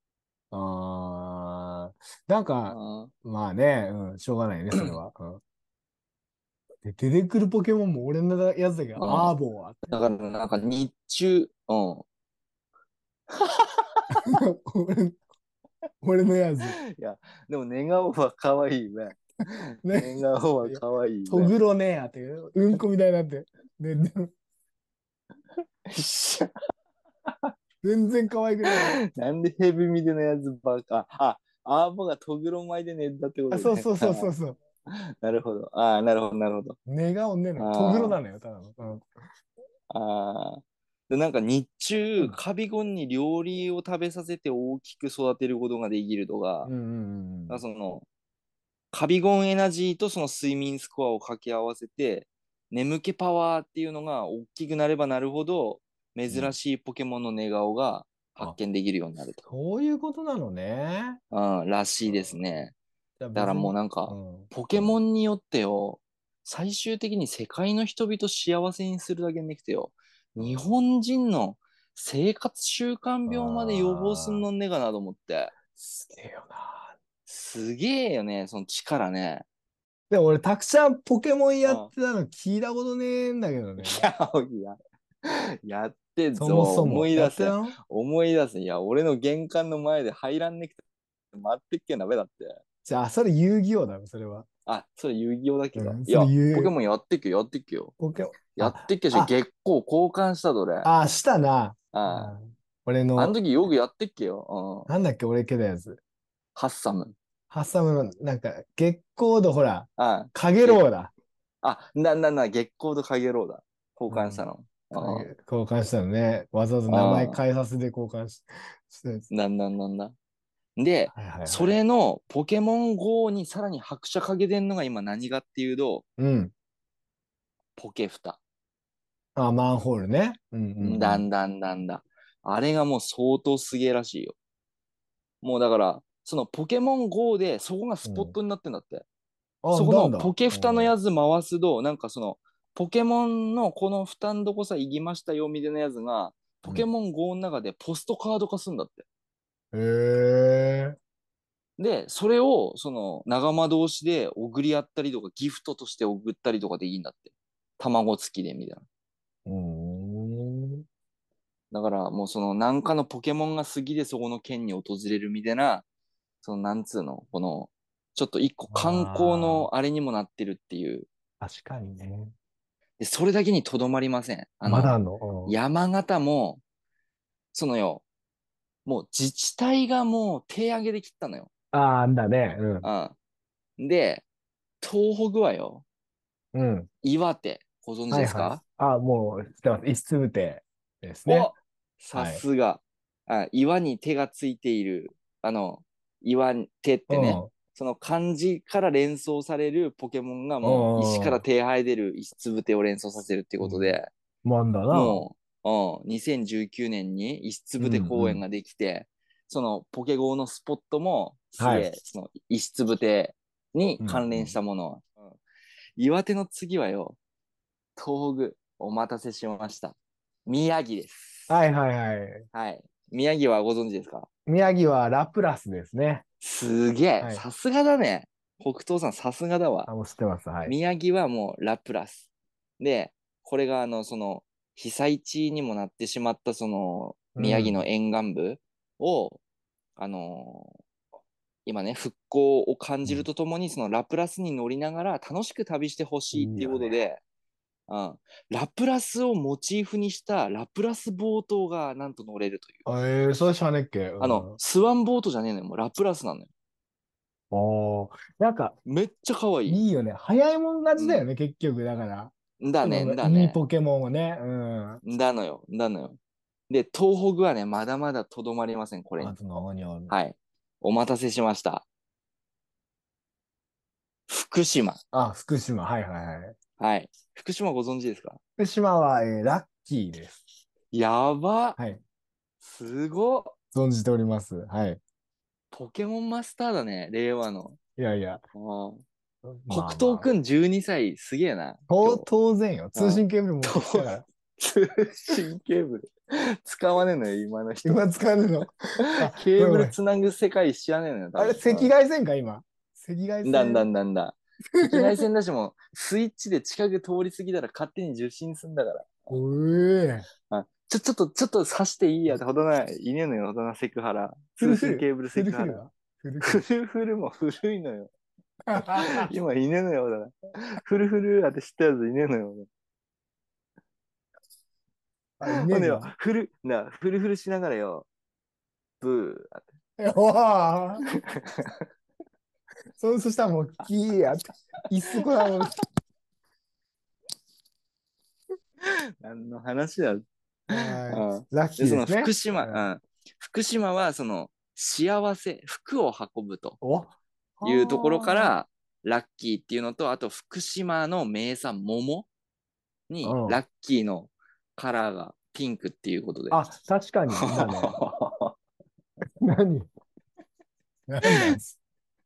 なんか、 あまあね、うん、しょうがないね、それは。うん。で、出てくるポケモンも俺のやつだけど、 あ。 アーボーあって。 だからなんか日中、うん。 俺、俺のやつ。 いや、でも寝顔は可愛いべ。 ね。 寝顔はいや、 可愛いべ。 トグロねえやって、うんこみたいになって。で、 しゃ全然可愛くねえの。 なんでヘビ見てのやつばっか。あ、アーボがトグロ巻いて寝たってこあ、 とね。 そうそうそうそうそう。 なるほど。ああ、なるほど、なるほど。 寝顔ねえのよ。トグロあなのよ、ただの。うん。 あ、ああ。で、なんか日中、 うん。 カビゴンに料理を食べさせて大きく育てることができるとか、 うんうんうんその、カビゴンエナジーとその睡眠スコアを掛け合わせて、眠気パワーっていうのが大きくなればなるほど、 うん。うん。 珍しいポケモンの寝顔が発あ、 見できるようになると。 そういうことなのね。 うん、らしいですうん。 ね。 じゃあだから別に、 もうなんか、 うん。 ポケうん。 モンによってよ、最終的に世界の人々を幸せにするだけでなくてよ、日うん。 本人の生活習慣病まで予防すんああ、 のんねえかなと思って。 すげえよな。 すげえよね、その力ね。 でも俺、たくさんポケモンやうん。 ってたの聞いたことねえんだけどね。 やってんそもぞ、 そも。やってたの？ 思い出せ。いや、俺の玄関の前で入らんねくて、待ってっけんダメだって。 じゃあ、それ遊戯王だろ、それは。 あ、それ遊戯王だけか。 うん、それいや、ポケモンやってっけよ、やってっけよ。 ポケモン。 やってっけし、 あ、 月光交換したどれ。 したな。 あ俺あのの、 時よくやってっけよ。うん。 なんだっけ、俺けたやつ。 ハッサム。 ハッサムの、なんか、月光度、ほら、 ああ、 かげろうだ。 月光とかげろうだ。交うん。 換したの。あ交換したのね。わざわざ名前あ、 変えさせて交換したやつ。 なんだ。で、 はいはいそはい。 れのポケモン GO にさらに拍車かけてんのが今何がっていうと、 うん。 ポケフタ。 マンホールね。うんうんうん。 だんだ。あれがもう相当すげえらしいよ。もうだから、そのポケモン GO でそこがスうん。 ポットになってんだって。そこなんだ。 のポケフタのうん。 やつ回すと、なんかその、ポケモンのこの負担どこさ行きましたよみたいなやつが、ポケうん。 モン GO の中でポストカード化するんだって。 へえ。 で、それを、その、仲間同士で送り合ったりとか、ギフトとして送ったりとかでいいんだって。卵付きで、みたいな。 うーん。 だから、もうその、なんかのポケモンが好きでそこの県に訪れるみたいな、その、なんつうの、この、ちょっと一個観光あのあれにもなってるっていう。 確かにね。 で、それだけにとどまりません。 まだあんの？ 山形も、そのよ、もう自治体がもう手挙げで切ったのよ。 あんだね。うん。 うん。で、東北はよ、 うん。 岩手、ご存知はいはい。 ですか？ もう知ってます。石つぶてですね。 お、さはい。 すが。岩に手がついている、岩に手っうん。 てね、その漢字から連想されるポケモンがうもう石からん。 手生え出る石つぶてを連想させるっていううん。 ことで、 なんだな。 も2019年に石つうんぶて公うん。 園ができて、そのポケゴーのスポットもすはい。 げえ、その石つぶてにうん関連しうん。 たもの。岩手の次はよ、東北、お待たせしました。宮城です。 はいはいはい。 はい。宮城はご存知ですか？ 宮城はラプラスですね。 すげえ。 はい。 さすがだね。北東さんさすがだわ。 もう知ってます。はい。 宮城はもうラプラス。で、これがその、被災地にもなってしまったその、 うん。 宮城の沿岸部を、あのー今ね、復興を感じるうん。 とともに、そのラプラスに乗りながら楽しく旅してほしいっていういいよね。 ことで、うん、ラプラスをモチーフにしたラプラスボートがなんと乗れるという。 それ知らねっけ？うん。 スワンボートじゃねえのよ。もうラプラスなのよ。 なんか、 めっちゃ可愛い。 いいよね。早いもん勝うん。 ちだよね、結局。だから。そんだね、んの、 だね。 いいポケモンをね。うん。 んだのよ、んだのよ。で、東北はね、まだまだとどまりません、これに。 あと何ある？ はい。お待たせしました。福島。 福島。はいはいはい。 はい。福島ご存知ですか？ 福島は、ラッキーです。 やば。 はい。 すごっ。 存じております。はい。 ポケモンマスターだね、令和の。 いやいや。 あーまあまあ。 北東くん12歳、すげえな、今日。 当然よ。通うん。 信ケーブル持ってきたから。 通信ケーブル。使わねえのよ、今の人。 今使うの。ごケーブルめんごめん。 つなぐ世界知らねえのよ、多あれ、赤分。 外線か、今。赤外線。 だんだ。赤外線だしも、スイッチで近く通り過ぎたら勝手に受信すんだから。 おえ。 ちょっと刺していいやってほどない。いねえのよ、ほどなセクハラ。通フルフル。 信ケーブルフセクハラ。 ルフルはフルフフル。 ルフルも古いのよ。今いねえのよ、ほどな。フルフルだって知ったやついねえのよ。 いねほんでよ、 えか。 フルフルしながらよ、ブーって。 わあ。そしたらもう、キーやって。一足なの。 何の話だ。 はい。 うん。 ラッキで、そのーですね。 福島、 うん。 福島はその幸せ、福を運ぶとおいうところかあら、ラッキーっていうのと、あと福島の名産桃あ。 に、 うん。 ラッキーのカラーがピンクっていうことで。 確かに、だね。何何なんす？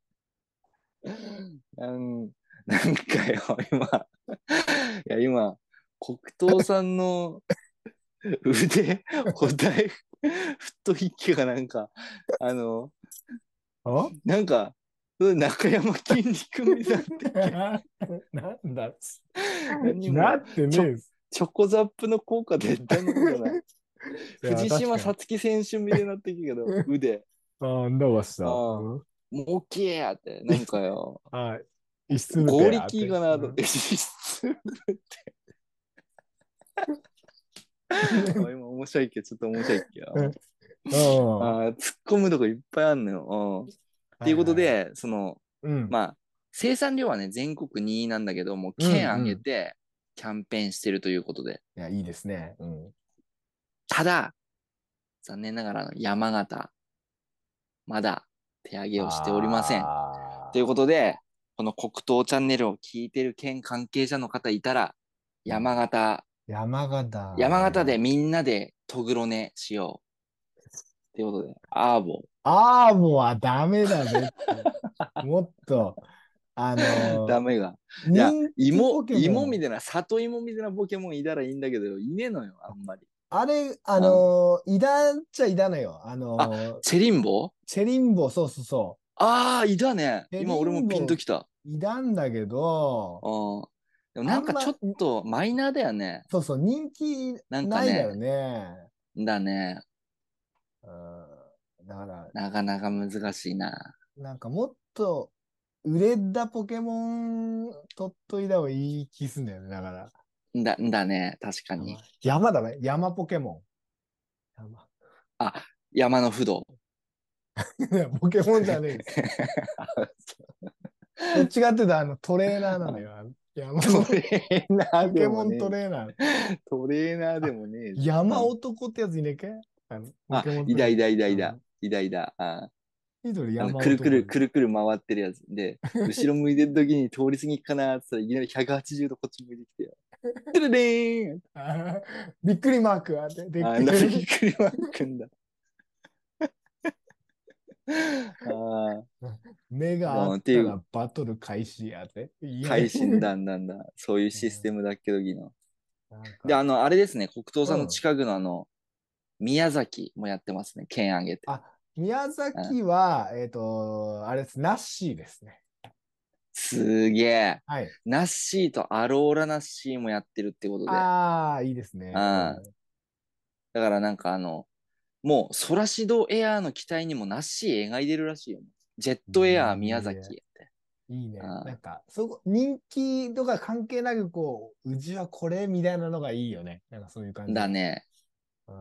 なんなんかよ、いや、今、黒糖さんの腕、ほだい、太い息がなんか、あの、 あなんか、 中山きんに君みたいなってっけ。 なんだ。 何もなってねえです。 チョコザップの効果で頼んだな。 いや、 藤島確かに。 さつき選手みたいになってきたけど、腕。 あんだわした。 ああ、 うん。 もうきえやって、なんかよ、 はい。一寸合てあって。 力かなと。 うん。 あ、今面白いっけ、ちょっと面白いっけ。 うん。は突っ込むとこいっぱいあんのよ。っていうこといはいはい。 で、 うん。 まあ、生産量はね、全国2位なんだけど、もううん県挙うん。 げてキャンペーンしてるということで。 いや、いいですね。うん。 ただ、残念ながら山形、まだ手挙げをしておりません。ということあで、この黒糖チャンネルを聞いてる県関係者の方いたら、 ー、うん。 山形、 山山形で形ね。 みんなでとぐろねしよう。ということで、アーボ。 アーモはダメだべって。もっと、あのダメが。いや、 人気ポケモン。 芋みたいな、里芋みたいなポケモンいたらいいんだけど、いねえのよ、あんまり。 あれ、 うん。 いだっちゃいだのよ。 あ、チェリンボ。 チェリンボ、そうそうそああー、いたね。 う。チェリ今俺もピンとンボ、 きた。 いだんだけど、 うん。でもなあんま、 んかちょっとマイナーだよね。 そうそう、人気なんかないだよね、 ね。 だね。 うん、だから、 なかなか難しいな。 なんかもっと、売れたポケモン取っといた方がいい気すんだよね。だから。 だね、確かに。 山だね。山ポケモン。山。 あ、山の不動。 いやポケモンじゃねえです。どっちかっていうと、トレーナーなのよ。山トのレーナーでポケモンもねトレーナー。 え。トレーナーであ、 もねえじゃん。うん。 山男ってやついねえかい？ポあ、 ケモントレーいたいたいたいた。 ナー。 いたいた。 緑山くるくる、 男です。 くるくる回ってるやつ。で、後ろ向いてる時に通り過ぎかなって言ったらいきなり180度こっち向いてきて、てるでーん。 びっくりマークあって、でっけびえ。 っくりマークんだ。あ目がああ、 ったっていう、 らバトル開始やって。いや、 配信だんだんだ。そういうシステムだっけどぎの。で、 なんか、 あれですね、黒糖さんのうん。 近くの宮崎もやってますね。県挙げて。 あ、宮うん、 崎は、あれです。ナッシーですね。 すげえ。 はい。 ナッシーとアローラナッシーもやってるってことで。 ああ、いいですね。ううん。 ん。 だからなんかもうソラシドエアーの機体にもナッシー描いてるらしいよ。ジェットエアー宮いいね。 崎やって。 いいね。 うん。 なんか、人気とか関係なく、うちはこれみたいなのがいいよね。なんかそういう感じが。 だね。 うん。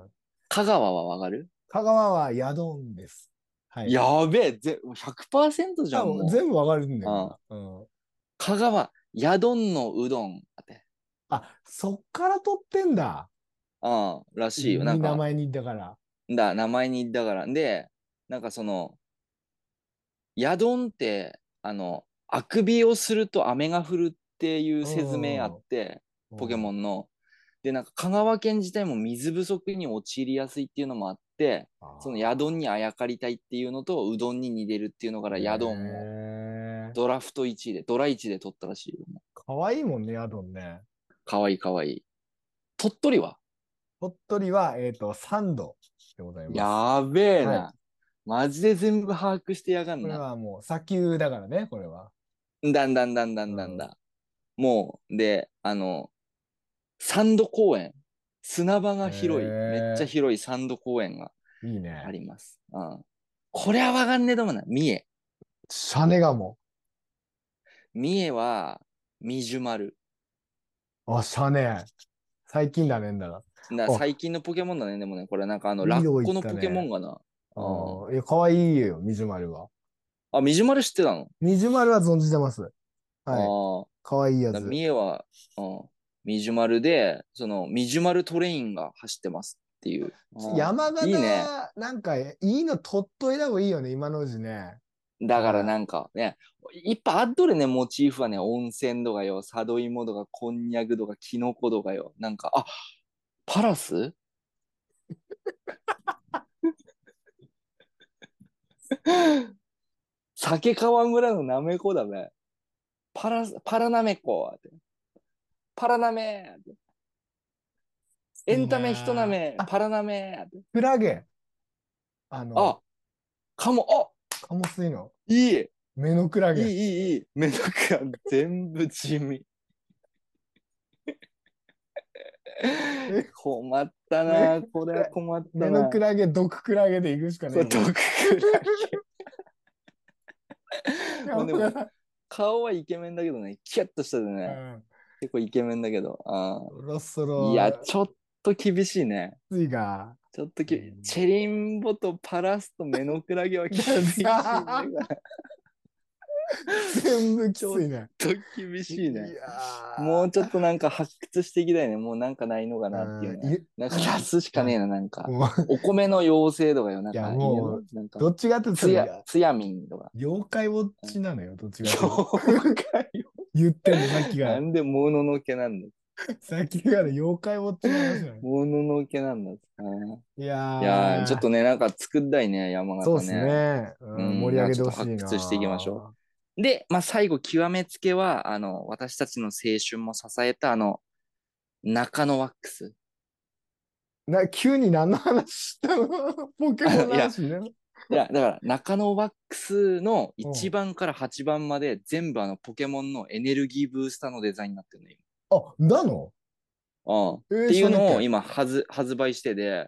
香川はわかる？ 香川はヤドンです。はい。 やべえ、100%じゃあ、 ん、も全部わかるんだう。 よ、 うん。 今。うん。 香川、ヤドンのうどんって。 あ、そっから取ってんだ。 うん、らしいよ。なんか、 名前に、だから。 名前に、だから。で、なんかヤドンって、あくびをすると雨が降るっていうう説明あん。 って、ポケうん。 モンの。で、なんか香川県自体も水不足に陥りやすいっていうのもあって、そのヤドンあにあやかりたいっていうのと、うどんに似てるっていうのかあ。 ら、ヤドンをドラフト1位で、ドラ1で取ったらしいよ。 かわいいもんね、ヤドンね。 かわいいかわいい。鳥取は鳥取は、サンドでございます。 やべえはい。 な。マジで全部把握してやがんこれな。 はもう砂丘だからね、これは。 だんだんだんだんだんうん。 だ。もう、で、サンド公園。砂場が広い。めっちゃへ広いサンド公園がえ、いいね。 あります。うん。これはわかんねえと思うな。三重。 シャネガモ。 三重は、ミジュマル。 あ、シャネ。最近だね、んだな。あ、 最近のポケモンだね。でもね、これなんかいいとこ行っラッコのポケモたね。 ンがな。うん。 いや、かわいいよ、ミジュマルは。 あ、ミジュマル知ってたの？ ミジュマルは存じてます。はい。 ああ。 かわいいやつ。 三重は、うん、ミジュマルで、ミジュマルトレインが走ってますっていう。 山いいね。 形、なんか、いいの取っといた方がいいよね、今のうちね。 だからなはんかね、いっぱいあっとるね、モチーフはね、温泉とかよ、里芋とか、こんにゃくとか、キノコとかよ。なんか、あ、パラス。酒川村のなめこだべ。パラナメコって。パラナメって。 い。いいエンタメ人ななめ、 ぁ。あ、 パラナメって。 クラゲ。あの、 あ、カモ、あ、 カモスイの。 いい。 目のクラゲ。 いい。目のクラゲ全部地味。 え困った目な。これは困った目のクな。 ラゲ、毒クラゲでいくしかねえもん。 毒クラゲ。まあでも、 山形顔はイケメンだけどね、キャッとしたでね、 うん。 結構イケメンだけど、 そろそいや、 ろ、 ちょっと厳しいね。 ついが。 ちょっとうん、 チェリンボとパラスと目のクラゲはきついしね。 全部きちょっついね。 と厳しいね。 いやもうちょっとなんか発掘していきたいね。もうなんかないのかなっていうね。なんか足すしかねえな、なんか。 もうお米の妖精とかよ、なんいや、 か言うのもう、 なんか、 どっちがってそれ、 つやみんとか。 妖怪ウォッチなのよ、どっちがっていうと。 妖怪よ。 言ってんの、さっきから。 なんでもののけなんだ。 さっきから妖怪ウォッチの話なの。 もののけなんだ。 いいやー、ちょっやー、 とね、なんか作りたいね、山そうっす形ね。 ね。うん、盛りなんかちょっと上げてほしい発掘していきましょな。 う。で、まあ、最後、極めつけは、私たちの青春も支えた、中野ワックス。 急に何の話したの？ポケモンのいや、 話ね。 だから中野ワックスの1 うん。 番から8番まで全部ポケモンのエネルギーブースターのデザインになってるの、今。 あ、なの？ っていうのを知らねっけ。 今発売してで、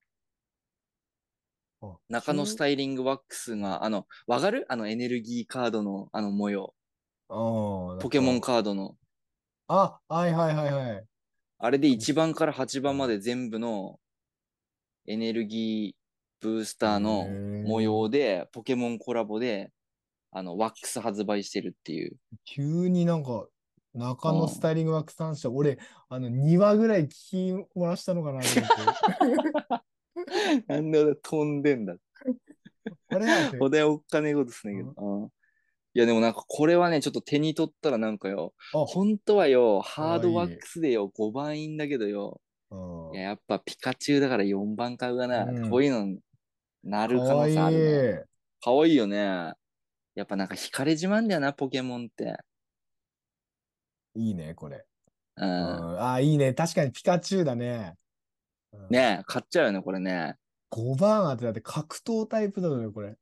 あ、 中野スタイリングワックスが、わかるエネルギーカードの模様。 ああ、なんポケモンか、 カードの。 あ、はいはいはいはい。 あれで1番から8番まうんで全部のエネルギーブースターの模へえ。 様で、ポケモンコラボで、ワックス発売してるっていう。 急になんか、中野スうん。 タイリングワークさんした。俺、2話ぐらい聞き漏らしたのかなと思って。 なんで俺飛んでんだ。 あれやって。 お題おっかねえことすねえけど。 うんうん。いやでもなんかこれはね、ちょっと手に取ったらなんかよ、 あ、 本当はよ、 かハードワッわいい。 クスでよ、5番いいんだけどよ、 ういや、 ん。 やっぱピカチュウだから4番買うかな。こううん。 いうのなかわいる可能性あるね。 い。 かわいいよね。やっぱなんか惹かれ自慢だよな、ポケモンって。 いいね、これ。 ううん。 ん。あ、いいね。確かにピカチュウだね。うん、 ねえ、買っちゃうよね、これね。 5番あって、だって格闘タイプだよ、これ。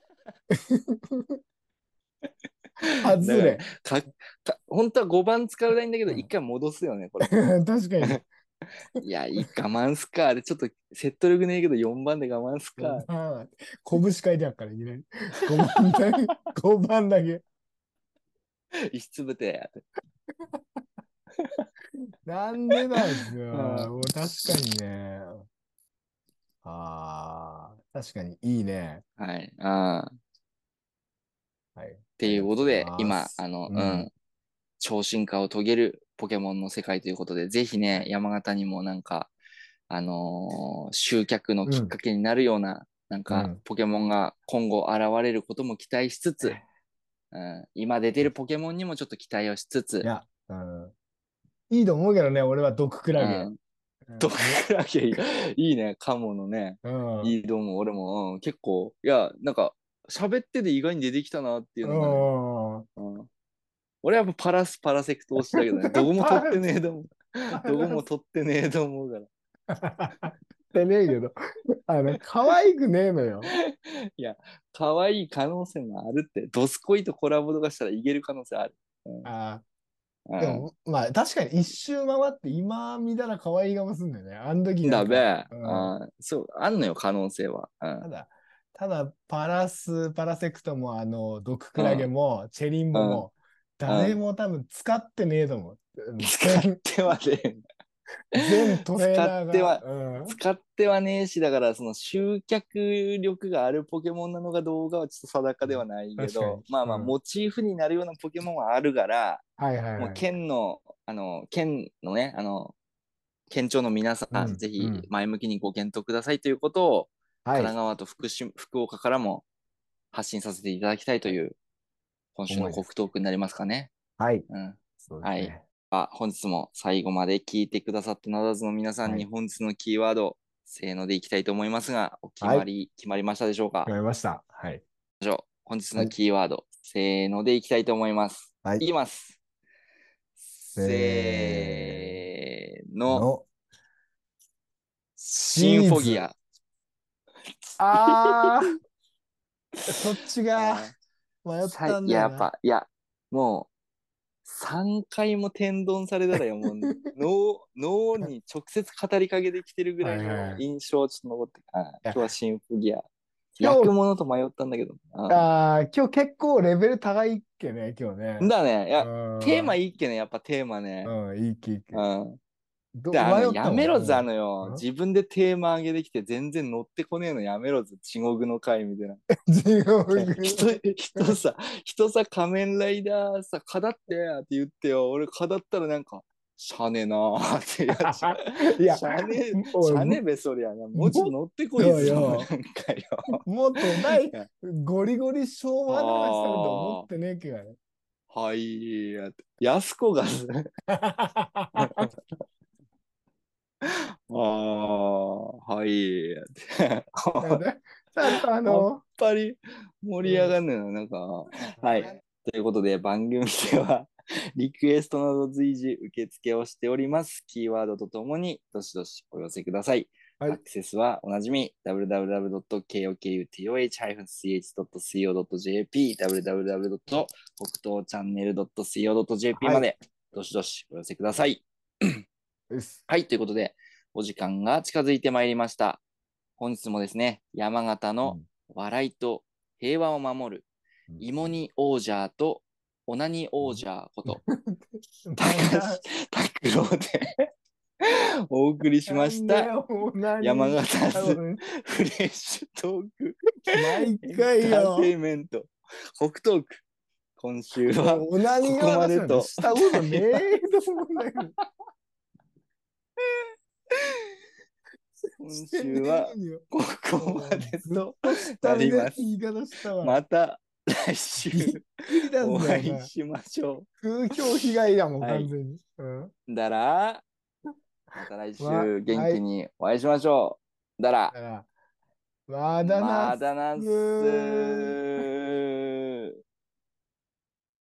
だから、 外れ。 本当は5番使うないんだけど、一うん。 回戻すよね、これ。 確かに。 いや、我慢すか。で、ちょっと説得力ねえけど、4番で我慢すか。 5番。拳書いてあるから、いきなり。5番だけ。5番だけ。 石つぶて。 なんでなんですよ。 うん。 もう確かにね。ああ、確かにいいね。 はい。っはい。 ていうありがとうございことで、今、 ます。うん。 超進化を遂げるポケモンの世界ということで、ぜひね、 はい。 山形にもなんか、集客のうん。 きっかけになるような、なんか、 うん。 ポケモンが今後現れることも期待しつつ、今出てるポケモンにもちょっと期待をしつつ、 いや、うん。いいと思うけどね、俺は毒クラゲ。 うん、ドうん。 クラゲいいね、カモのね、 うん。 いいと思う、俺も、結構、いや、なんか、喋ってて意外に出てきたなっていううのがね、 ん。 うん、俺はやっぱパラセクト推しだけどね、どこも取ってねえと思う。 パどこラス。 も取ってねえと思うから。 ってねえけど、可愛くねえのよ。 いや、可愛い可能性もあるって。ドスコイとコラボとかしたらいける可能性ある。うん。 ああ。でうも、まあ、確かに一周回って今見たら可愛いがますんだよね。あの時ん。 なんか、 だべ。そう、あんのよ、可能性は。うん。 ただ、パラセクトも、毒クラゲうん。 も、チェリンうん。 ボも、誰うん。 も多分使ってねえと思う。 使ってはね、 全トレー使っナーが、 ては、使ってはねえし、だからその集客力があるポケモンなのかどうかはちょっと定かではないけど、 確かに。 まあまあ、 うん。 モチーフになるようなポケモンはあるから、 はいはいもうはい。 県のね、県庁の皆さん、 うん、 ぜひうん。 前向きにご検討くださいということを、 はい。 神奈川と福岡からも発信させていただきたいとはい。 いう、今週の思いです。 国トークになりますかね。 はい。 うん。はい。 そうですね。 本日も最後まで聞いてくださったならずの皆さんにはい。 本日のキーワード、せーのでいきたいと思いますが、 はい。 決まりましたでしょうか？ 決まりました。はい。 本日のはい。 キーワード、せーのでいきたいと思います。 はい。 いきます。 せせーの、 ーの。 シンチーズ。 フォギア。 あー、そっちが、 あ迷っさいたんだよな。 やっぱ、いや、もう、3回も天丼されたらよ、もう脳に直接語りかけてきてるぐらいのはいはい。い印象ちょっと残って、今日はや、 シンフギア。焼く今日、 ものと迷ったんだけど。 今日結構レベル高いっけね、今日ね。 だね。いうや、テーマん。 いいっけね、やっぱテーマね。 うん、いい気、いい気。 うん。で、 迷ったやめろず、 もん。うん。 自分でテーマ上げてきて全然乗ってこねえのやめろず、地獄の回みたいな。 地獄人、 の。 人さ、人さ、仮面ライダーさ、かだってって言ってよ。俺、かだったらなんか、しゃねえなーってやっちゃう。 いや、 しゃねえおい、 べ、そりゃな。もうちょっともっ乗ってこいとぞ、なんよ、 かよ。 もっと大、 いやゴリゴリ昭和の話されると思っあてねえけどね。 あ、はい、やすこが、ああ、はい。 なんでちゃんとやっぱり盛り上うん、 がんねえな、なんか。はい。ということで、番組では、リクエストなど随時受付をしております。キーワードとともに、どしどしお寄せください。 はい。 アクセスはおなじみ、www.kokutoh-co.co.jp、www. 北東チャンネル .co.jp はい。 まで、どしどしお寄せください。 です。 はい、ということで、お時間が近づいてまいりました。本日もですね、山形のうん。 笑いと平和を守る芋煮王者とオナニ王者こと、高なんだ、 橋拓郎でお送りしました。 なんだよ、もう山何形ズ多分、 フレッシュトーク毎エンターテイ回よ。 ンメント北東区。今週はもう、何のここま話なんてでとしたことなります。 ねえと思うんだけど。 今してねえ週はのによ。 ここまもう、ずっでとと下な見ります。 で言い方したわ。 また来びっ週くりなんおだよな。 会いしましょ風評被害だもう。 ん、 はい。 完全に。うん。 だら、また来週元はい。 気にお会いしましょう。だら、 だから、まだなっまだなっすすー。 ー。